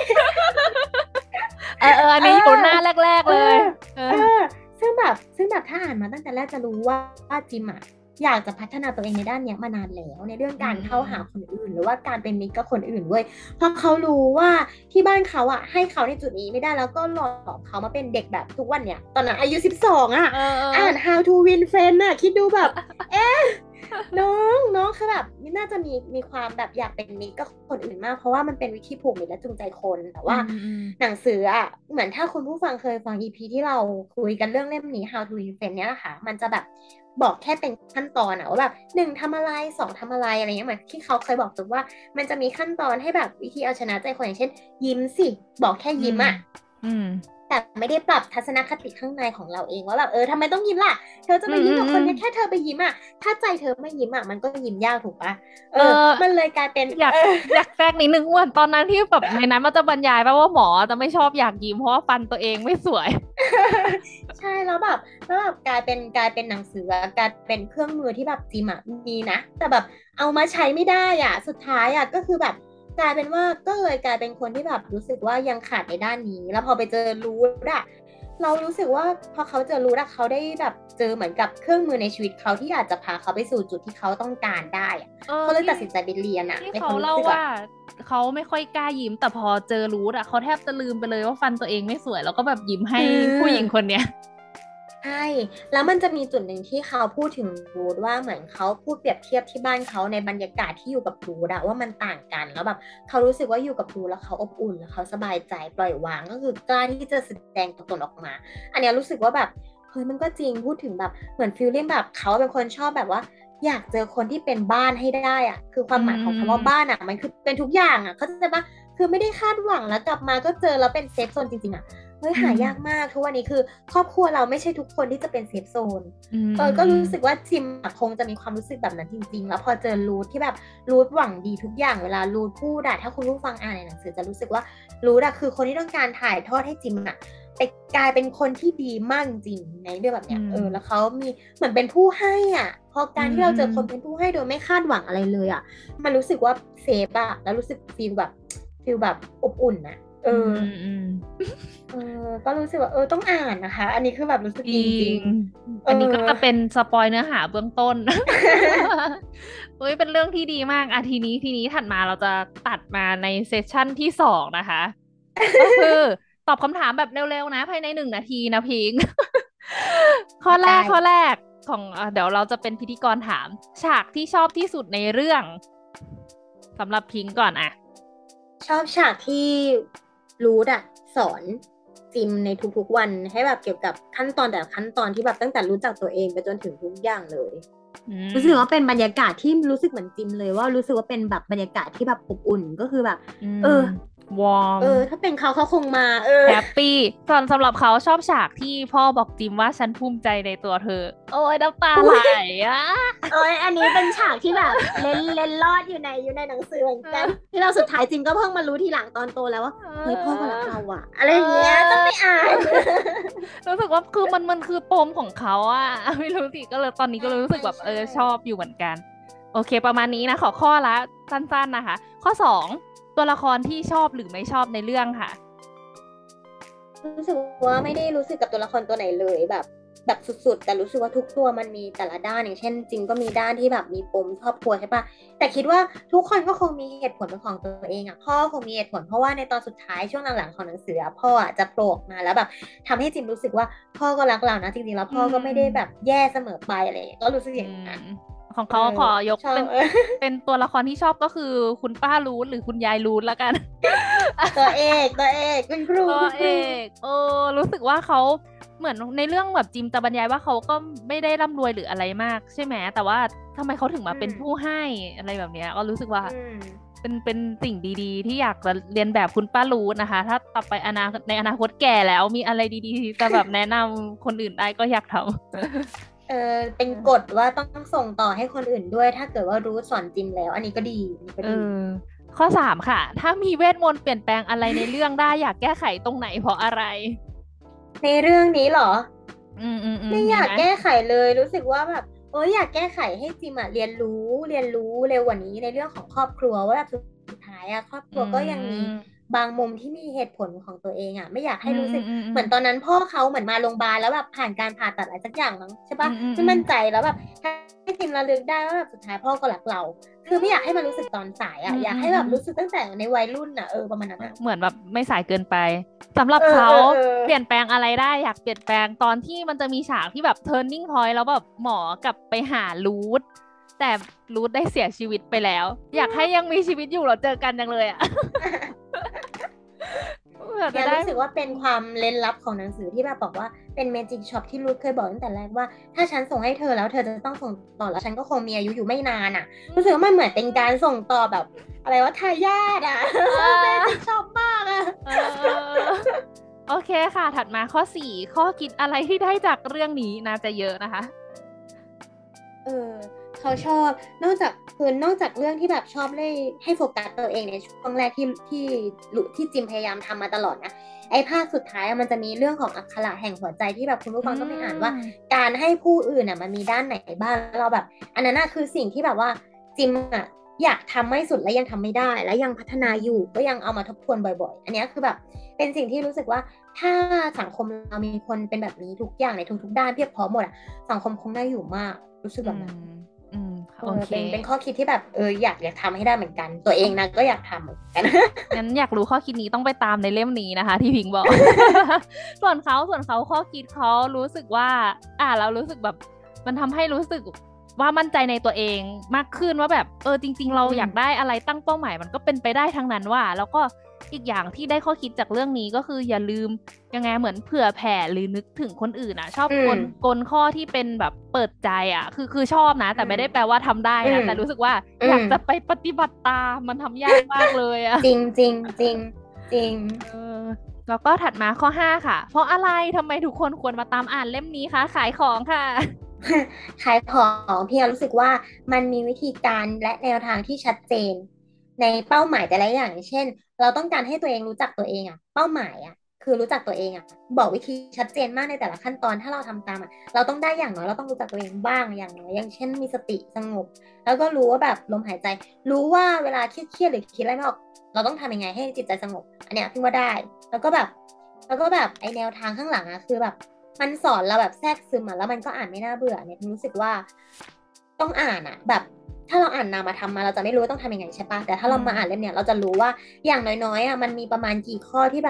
เออเอออันนี้อยู่หน้าแรกๆเลยเออซึ่งแบบซึ่งแบบถ้าอ่านมาตั้งแต่แรกจะรู้ว่าว่าจิมอะอยากจะพัฒนาตัวเองในด้านนี้มานานแล้วในเรื่องการเข้าหาคนอื่นหรือว่าการเป็นมิตรกับคนอื่นเว้ยเพราะเขารู้ว่าที่บ้านเขาอ่ะให้เขาในจุดนี้ไม่ได้แล้วก็หลอกเขามาเป็นเด็กแบบทุกวันเนี่ยตอนนั้นอายุสิบสองอ่ะอ่าน How to Win Friends อ่ะคิดดูแบบเอ๊ะน้องน้องคือแบบน่าจะมีมีความแบบอยากเป็นมิตรกับคนอื่นมากเพราะว่ามันเป็นวิธีผูกมิตรและจูงใจคนแต่ว่าหนังสืออ่ะเหมือนถ้าคุณผู้ฟังเคยฟัง อี พี ที่เราคุยกันเรื่องเล่มนี้ How to Win Friends เนี้ยค่ะมันจะแบบบอกแค่เป็นขั้นตอนอะว่าแบบหนึ่งทำอะไรสองทำอะไรอะไรเงี้ยเหมือนที่เขาเคยบอกตัวว่ามันจะมีขั้นตอนให้แบบวิธีเอาชนะใจคนอย่างเช่นยิ้มสิบอกแค่ยิ้มอะแต่ไม่ได้ปรับทัศนคติข้างในของเราเองว่าแบบเออทำไมต้องยิ้มล่ะเธอจะไปยิ้มกับคนนี้แค่เธอไปยิ้มอะถ้าใจเธอไม่ยิ้มอะมันก็ยิ้มยากถูกปะเออมันเลยกลายเป็นอยากอยากแทรกนิดนึงว่าตอนนั้นที่แบบในนั้นมันจะบรรยายป่ะว่าหมอจะไม่ชอบอยากยิ้มเพราะว่าฟันตัวเองไม่สวยใช่แล้วแบบแล้วแบบกลายเป็นกลายเป็นหนังสือกลายเป็นเครื่องมือที่แบบจิมอะมีนะแต่แบบเอามาใช้ไม่ได้อ่ะสุดท้ายอ่ะก็คือแบบกลายเป็นว่าก็เลยกลายเป็นคนที่แบบรู้สึกว่ายังขาดในด้านนี้แล้วพอไปเจอรูทอะเรารู้สึกว่าพอเขาเจอรูทอะเขาได้แบบเจอเหมือนกับเครื่องมือในชีวิตเขาที่อาจจะพาเขาไปสู่จุดที่เขาต้องการได้อะเขาเลยตัดสินใจไปเรียนอะที่เขาเล่าว่าเขาไม่ค่อยกล้ายิ้มแต่พอเจอรูทอะเขาแทบจะลืมไปเลยว่าฟันตัวเองไม่สวยแล้วก็แบบยิ้มให้ผู้หญิงคนเนี้ยใช่แล้วมันจะมีจุดหนึ่งที่เขาพูดถึงรูทว่าเหมือนเขาพูดเปรียบเทียบที่บ้านเขาในบรรยากาศที่อยู่กับรูทอะว่ามันต่างกันแล้วแบบเขารู้สึกว่าอยู่กับรูทแล้วเขาอบอุ่นแล้วเขาสบายใจปล่อยวางก็คือกล้าที่จะแสดงตัวตนออกมา อันนี้รู้สึกว่าแบบเฮ้ยมันก็จริงพูดถึงแบบเหมือนฟีลลิ่งแบบเขาเป็นคนชอบแบบว่าอยากเจอคนที่เป็นบ้านให้ได้อะคือความหมายของคำว่าบ้านอะมันคือเป็นทุกอย่างอะเขาใจปะคือไม่ได้คาดหวังแล้วกลับมาก็เจอแล้วเป็นเซฟโซนจริงๆอะเฮ้ยหายากมากทุกวันนี้คือครอบครัวเราไม่ใช่ทุกคนที่จะเป็นเซฟโซนเออก็รู้สึกว่าจิมคงจะมีความรู้สึกแบบนั้นจริงๆแล้วพอเจอรูทที่แบบรูทหวังดีทุกอย่างเวลารูทพูดอะถ้าคุณผู้ฟังอ่านในหนังสือจะรู้สึกว่ารูทอะคือคนที่ต้องการถ่ายทอดให้จิมอะไปกลายเป็นคนที่ดีมากจริงในเรื่องแบบเนี้ยเออแล้วเขามีเหมือนเป็นผู้ให้อ่ะพอการที่เราเจอคนเป็นผู้ให้โดยไม่คาดหวังอะไรเลยอ่ะมันรู้สึกว่าเซฟอ่ะแล้วรู้สึกฟีลแบบฟีลแบบอบอุ่นอ่ะเออเออก็รู้สึกว่าเออต้องอ่านนะคะอันนี้คือแบบรู้สึกจริงๆอันนี้ก็จะเป็นสปอยเนื้อหาเบื้องต้นเฮ้ยเป็นเรื่องที่ดีมากอ่ะทีนี้ทีนี้ถัดมาเราจะตัดมาในเซสชั่นที่สองนะคะก็คือตอบคำถามแบบเร็วๆนะภายในหนึ่งนาทีนะพิงข้อแรกได้ข้อแรกของอ่ะเดี๋ยวเราจะเป็นพิธีกรถาม ฉากที่ชอบที่สุดในเรื่องสำหรับพิงค์ก่อนอะชอบฉากที่รูทอะสอนจิมในทุกๆวันให้แบบเกี่ยวกับขั้นตอนแต่ละขั้นตอนที่แบบตั้งแต่รู้จักตัวเองไปจนถึงทุกอย่างเลยอืมรู้สึกว่าเป็นบรรยากาศที่รู้สึกเหมือนจิมเลยว่ารู้สึกว่าเป็นแบบบรรยากาศที่แบบอบอุ่นก็คือแบบมเออวอร์มเออ ถ้าเป็นเขาเขาคงมา เออแฮปปี้ส่วนสำหรับเขาชอบฉากที่พ่อบอกจิมว่าฉันภูมิใจในตัวเธอ โอ้ยน้ำตาไหลอ่ะโอ้ยอันนี้เป็นฉากที่แบบเล่นเล่นรอดอยู่ในอยู่ในหนังสือเหมือนกันที่เราสุดท้ายจิมก็เพิ่งมารู้ทีหลังตอนโตแล้วว่าเฮ้ยพ่อก็รักเราอะอะไรอย่างเงี้ยต้องไม่อ่านรู้สึกว่าคือมันมันคือปมของเขาอะ ไม่รู้สิก็เลยตอนนี้ก็เลยรู้สึกแบบใช่เออชอบอยู่เหมือนกัน โอเคประมาณนี้นะขอข้อละสั้นๆนะคะ ข้อสองตัวละครที่ชอบหรือไม่ชอบในเรื่องค่ะรู้สึกว่าไม่ได้รู้สึกกับตัวละครตัวไหนเลยแบบ แบบสุดๆแต่รู้สึกว่าทุกตัวมันมีแต่ละด้านอย่างเช่นจิมก็มีด้านที่แบบมีปมครอบครัวใช่ปะแต่คิดว่าทุกคนก็คงมีเหตุผลเป็นของตัวเองอ่ะพ่อคงมีเหตุผลเพราะว่าในตอนสุดท้ายช่วงหลังๆของหนังสืออะพ่ออะจะโผล่ออกมาแล้วแบบทำให้จิมรู้สึกว่าพ่อก็รักเรานะจริงๆแล้วพ่อก็ไม่ได้แบบแย่เสมอไปอะไรอย่างเงี้ยก็รู้สึกอย่างนั้นอืมของเขาเออขอยกชอบเป็นเออเป็นตัวละครที่ชอบก็คือคุณป้ารูทหรือคุณยายรูทละกันตัวเอกตัวเอกคุณครูตัวคุณคเอรูกเออรู้สึกว่าเขาเหมือนในเรื่องแบบจิมจะบรรยายว่าเขาก็ไม่ได้ร่ำรวยหรืออะไรมากใช่ไหมแต่ว่าทำไมเขาถึงมาเป็นผู้ให้อะไรแบบเนี้ยก็รู้สึกว่าอืมเป็นเป็นสิ่งดีๆ ที่อยากจะเรียนแบบคุณป้ารูทนะคะ ถ้าต่อไปอนาในอนาคตแก่แล้วมีอะไรดีๆจะแบบแนะนำคนอื่นได้ก็อยากทำเออเป็นกฎว่าต้องส่งต่อให้คนอื่นด้วย ถ้าเกิดว่ารู้สอนจิมแล้ว อันนี้ก็ดีอันนี้ก็เอดีอข้อสามค่ะ ถ้ามีเวทมนต์เปลี่ยนแปลงอะไรในเรื่องได้อยากแก้ไขตรงไหนเพราะอะไรในเรื่องนี้เหรออืมอืมอืมไม่อยากมีไหมแก้ไขเลยรู้สึกว่าแบบเอออยากแก้ไขให้จิมอะเรียนรู้เรียนรู้เร็วกว่านี้ในเรื่องของครอบครัวว่าแบบสุดท้ายอะครอบครัวก็ยังมีบางมุมที่มีเหตุผลของตัวเองอะไม่อยากให้รู้สึกอืมอืมอืมเหมือนตอนนั้นพ่อเขาเหมือนมาโรงพยาบาลแล้วแบบผ่านการผ่าตัดอะไรสักอย่างมั้งใช่ปะอืมอืมไม่มั่นใจแล้วแบบให้จิมระลึกได้ว่าแบบสุดท้ายพ่อก็รักเรา คือไม่อยากให้มันรู้สึกตอนสายอะอืมอยากให้แบบรู้สึกตั้งแต่ในวัยรุ่นอะเออประมาณนั้นอะเหมือนแบบไม่สายเกินไปสำหรับเออเขาเออเออเปลี่ยนแปลงอะไรได้อยากเปลี่ยนแปลงตอนที่มันจะมีฉากที่แบบ turning point แล้วแบบหมอกลับไปหารูทแต่รูทได้เสียชีวิตไปแล้ว อยากให้ยังมีชีวิตอยู่เราเจอกันจังเลยอะ เผื่อจะเนี่ยได้รู้สึกว่าเป็นความเร้นลับของหนังสือที่แบบบอกว่าเป็นเมจิกช็อปที่รูทเคยบอกตั้งแต่แรกว่าถ้าฉันส่งให้เธอแล้วเธอจะต้องส่งต่อแล้วฉันก็คงมีอายุอยู่ไม่นานอ่ะ รู้สึกว่ามันเหมือนเป็นการส่งต่อแบบอะไรว่าทายาทอ่ะ เมจิกช็อปมากอ่ะเออโอเคค่ะ ถัดมาข้อสี่ข้อคิดอะไรที่ได้จากเรื่องนี้น่าจะเยอะนะคะเออเขาชอบนอกจากคือนอกจากเรื่องที่แบบชอบเล่ให้โฟกัสตัวเองในช่วงแรกที่ที่ลุที่จิมพยายามทำมาตลอดนะไอ้ภาคสุดท้ายอะมันจะมีเรื่องของอักขระแห่งหัวใจที่แบบคุณผู้ฟังต้องไปอ่านว่าอืมการให้ผู้อื่นน่ะมันมีด้านไหนบ้างแล้วเราแบบ อันนั้นน่ะคือสิ่งที่แบบว่าจิมอะอยากทำไม่สุดและยังทำไม่ได้ และยังพัฒนาอยู่ก็ยังเอามาทบทวนบ่อยๆ อันเนี้ยคือแบบเป็นสิ่งที่รู้สึกว่าถ้าสังคมเรามีคนเป็นแบบนี้ทุกอย่างในทุกๆด้านเพียบพร้อมหมดอะสังคมคงน่าอยู่มากรู้สึกแบบนั้นอืมอืมเอโออเคเป็นเป็นข้อคิดที่แบบเอออยากอยากทำให้ได้เหมือนกัน ตัวเองนะก็อยากทำเหมือนกันงั้นอยากรู้ข้อคิดนี้ต้องไปตามในเล่มนี้นะคะ ที่พิงค์บอก ส่วนเขาส่วนเขาข้อคิดเขารู้สึกว่า อ่าเรารู้สึกแบบ มันทำให้รู้สึกว่ามั่นใจในตัวเองมากขึ้นว่าแบบเออจริง ๆ เราอืมอยากได้อะไรตั้งเป้าหมายมันก็เป็นไปได้ทั้งนั้นว่า แล้วก็อีกอย่างที่ได้ข้อคิดจากเรื่องนี้ก็คืออย่าลืมยังไงเหมือนเผื่อแผ่หรือนึกถึงคนอื่นอ่ะ ชอบอืกมลกลข้อที่เป็นแบบเปิดใจอ่ะ คือคือชอบนะ แต่อืมไม่ได้แปลว่าทำได้อืนะมแต่รู้สึกว่าอือยากมจะไปปฏิบัติตามมันทำยากมากเลยอ่ะจริงจริงจริงจริงเออแล้วก็ถัดมาข้อห้าค่ะ เพราะอะไรทำไมทุกคนควรมาตามอ่านเล่มนี้คะ ขายของค่ะขายของพี่รู้สึกว่ามันมีวิธีการและแนวทางที่ชัดเจน ในเป้าหมายแต่ละอย่างอย่างเช่น เราต้องการให้ตัวเองรู้จักตัวเองอะเป้าหมายอะคือรู้จักตัวเองอะบอกวิธีชัดเจนมากในแต่ละขั้นตอนถ้าเราทำตามอะเราต้องได้อย่างน้อยเราต้องรู้จักตัวเองบ้างอย่างน้อยอย่างเช่นมีสติสงบ แล้วก็รู้ว่าแบบลมหายใจ รู้ว่าเวลาเครียดๆหรือคิดอะไรไม่ออกเราต้องทำยังไงให้จิตใจสงบ อันเนี้ยพี่ว่าได้ แล้วก็แบบ แล้วก็แบบไอแนวทางข้างหลังอะคือแบบ มันสอนเราแบบแทรกซึมอะแล้วมันก็อ่านไม่น่าเบื่อเนี่ยรู้สึกว่าต้องอ่านอะแบบถ้าเราอ่านนามธรรมมาเราจะไม่รู้ว่าต้องทำยังไงใช่ปะแต่ถ้าเรามาอ่านเล่มเนี่ยเราจะรู้ว่าอย่างน้อยๆอะมันมีประมาณกี่ข้อที่แบบ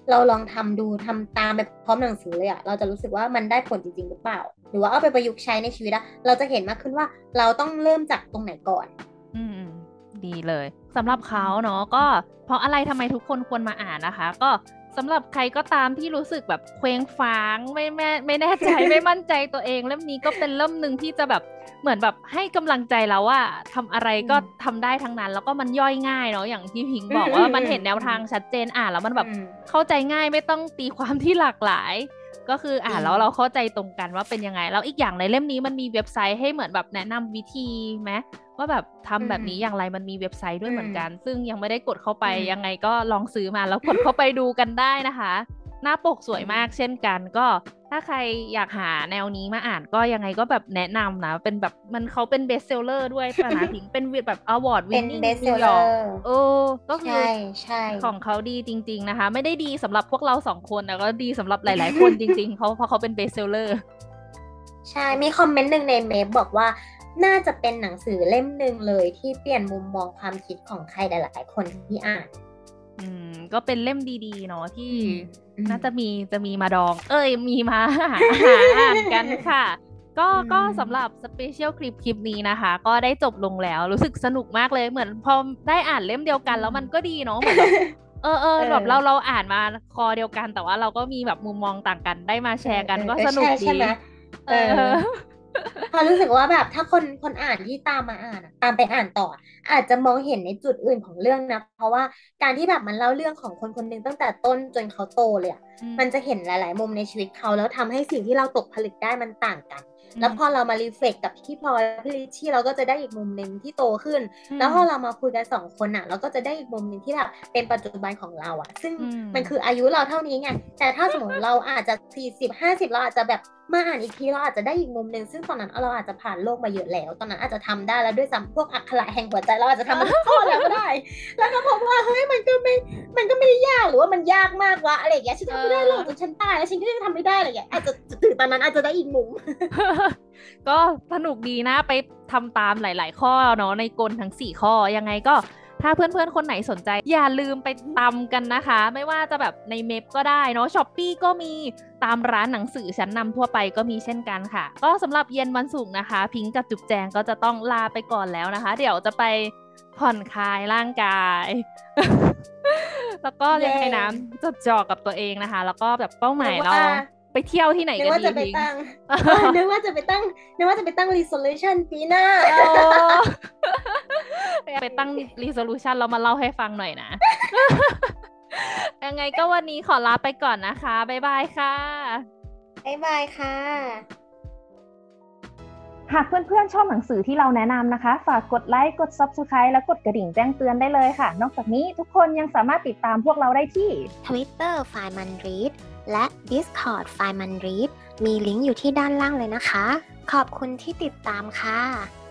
เราลองทำดูทำตามไปพร้อมหนังสือเลยอะเราจะรู้สึกว่ามันได้ผลจริงๆหรือเปล่าหรือว่าเอาไปประยุกต์ใช้ในชีวิตอะเราจะเห็นมากขึ้นว่าเราต้องเริ่มจากตรงไหนก่อนอืมดีเลยสำหรับเขาเนาะก็เพราะอะไรทำไมทุกคนควรมาอ่านนะคะ ก็สำหรับใครก็ตามที่รู้สึกแบบเคว้งฟ้างไม่แม่ไม่แน่ใจ ไม่มั่นใจตัวเองเล่มนี้ก็เป็นเล่มหนึ่งที่จะแบบเหมือนแบบให้กำลังใจเราว่าทำอะไรก็ทำได้ทั้งนั้น แล้วก็มันย่อยง่ายเนาะอย่างที่พิงค์บอกว่ามันเห็นแนวทางชัดเจนอ่านแล้วมันแบบเข้าใจง่ายไม่ต้องตีความที่หลากหลาย ก็คืออ่านแล้วเราเข้าใจตรงกันว่าเป็นยังไงแล้วอีกอย่างในเล่มนี้มันมีเว็บไซต์ให้เหมือนแบบแนะนำวิธีไหมว่าแบบทำแบบนี้อย่างไรมันมีเว็บไซต์ด้วยเหมือนกันซึ่งยังไม่ได้กดเข้าไปยังไงก็ลองซื้อมาแล้วกดเข้าไปดูกันได้นะคะหน้าปกสวยมากเช่นกันก็ถ้าใครอยากหาแนวนี้มาอ่านก็ยังไงก็แบบแนะนำนะเป็นแบบมันเขาเป็นเบสเซลเลอร์ด้วยป่ะนะพิงเป็นแบบอวอร์ดวินนิ่งนิวยอร์กเออก็คือของเขาดีจริงๆนะคะไม่ได้ดีสำหรับพวกเราสองคนแต่ก็ดีสำหรับหลายๆคนจริงๆเขาเพราะเขาเป็นเบสเซลเลอร์ใช่มีคอมเมนต์หนึ่งในเมฟบอกว่าน่าจะเป็นหนังสือเล่มหนึ่งเลยที่เปลี่ยนมุมมองความคิดของใครหลายๆคนที่อ่านอืมก็เป็นเล่มดีๆเนาะที่น่าจะมีจะมีมาดองเอ้ยมีมาหาหาอ่านกันค่ะก็ก็สำหรับสเปเชียลคลิปคลิปนี้นะคะก็ได้จบลงแล้วรู้สึกสนุกมากเลยเหมือนพอได้อ่านเล่มเดียวกันแล้วมันก็ดีเนาะเหมือนแบบเออเออแบบเราเราอ่านมาคอเดียวกันแต่ว่าเราก็มีแบบมุมมองต่างกันได้มาแชร์กันก็สนุกดีเออพอรู้สึกว่าแบบถ้าคนคนอ่านที่ตามมาอ่านตามไปอ่านต่ออาจจะมองเห็นในจุดอื่นของเรื่องนะเพราะว่าการที่แบบมันเล่าเรื่องของคนคนหนึ่งตั้งแต่ต้นจนเขาโตเลยอ่ะมันจะเห็นหลายๆมุมในชีวิตเขาแล้วทำให้สิ่งที่เราตกผลึกได้มันต่างกันแล้วพอเรามารีเฟล็กกับพี่พลอยพี่ลิชชี่เราก็จะได้อีกมุมหนึ่งที่โตขึ้นแล้วพอเรามาคุยกันสองคนอ่ะเราก็จะได้อีกมุมหนึ่งที่แบบเป็นปัจจุบันของเราอ่ะซึ่งมันคืออายุเราเท่านี้ไงแต่ถ้าสมมติเราอาจจะสี่สิบห้าสิบเราอาจจะแบบมาอ่านอีกทีเราอาจจะได้อีกมุมหนึ่งซึ่งตอนนั้นเราอาจจะผ่านโลกมาเยอะแล้วตอนนั้นอาจจะทำได้แล้วด้วยซ้ำพวกอักขระแห่งหัวใจเราอาจจะทำมันข้อแล้วก็ได้แล้วก็พบว่าเฮ้ยมันก็ไม่มันก็ไม่ได้ยากหรือว่ามันยากมากวะอะไรอย่างเงี้ยฉันทำไม่ได้หรอกจนฉันตายแล้วฉันก็ยังทำไม่ได้อะไรอย่างเงี้ยอาจจะถึงตอนนั้นอาจจะได้อีกมุมก็สนุกดีนะไปทำตามหลายๆข้อเนาะในกลทั้งสี่ข้อยังไงก็ถ้าเพื่อนๆคนไหนสนใจอย่าลืมไปตามกันนะคะไม่ว่าจะแบบในเมพก็ได้เนาะช้อปปี้ก็มีตามร้านหนังสือชั้นนำทั่วไปก็มีเช่นกันค่ะก็สำหรับเย็นวันศุกร์นะคะพิงกับจุ๊บแจงก็จะต้องลาไปก่อนแล้วนะคะเดี๋ยวจะไปผ่อนคลายร่างกาย แล้วก็ยังไงนะจดจ่อกับตัวเองนะคะแล้วก็แบบเป้าหมายเราไปเที่ยวที่ไหนกันดีพิงนึกว่าจะไปตั้งนึกว่าจะไปตั้ง resolution ปีหน้าไปตั้ง resolution เรามาเล่าให้ฟังหน่อยนะ ยังไงก็วันนี้ขอลาไปก่อนนะคะบ๊ายบายค่ะบ๊ายบายค่ะหากเพื่อนๆชอบหนังสือที่เราแนะนำนะคะฝากกดไลค์กด ซับสไครบ์ และกดกระดิ่งแจ้งเตือนได้เลยค่ะนอกจากนี้ทุกคนยังสามารถติดตามพวกเราได้ที่ Twitter ไฟล์มันรีดและ Discord ไฟล์มันรีดมีลิงก์อยู่ที่ด้านล่างเลยนะคะขอบคุณที่ติดตามค่ะ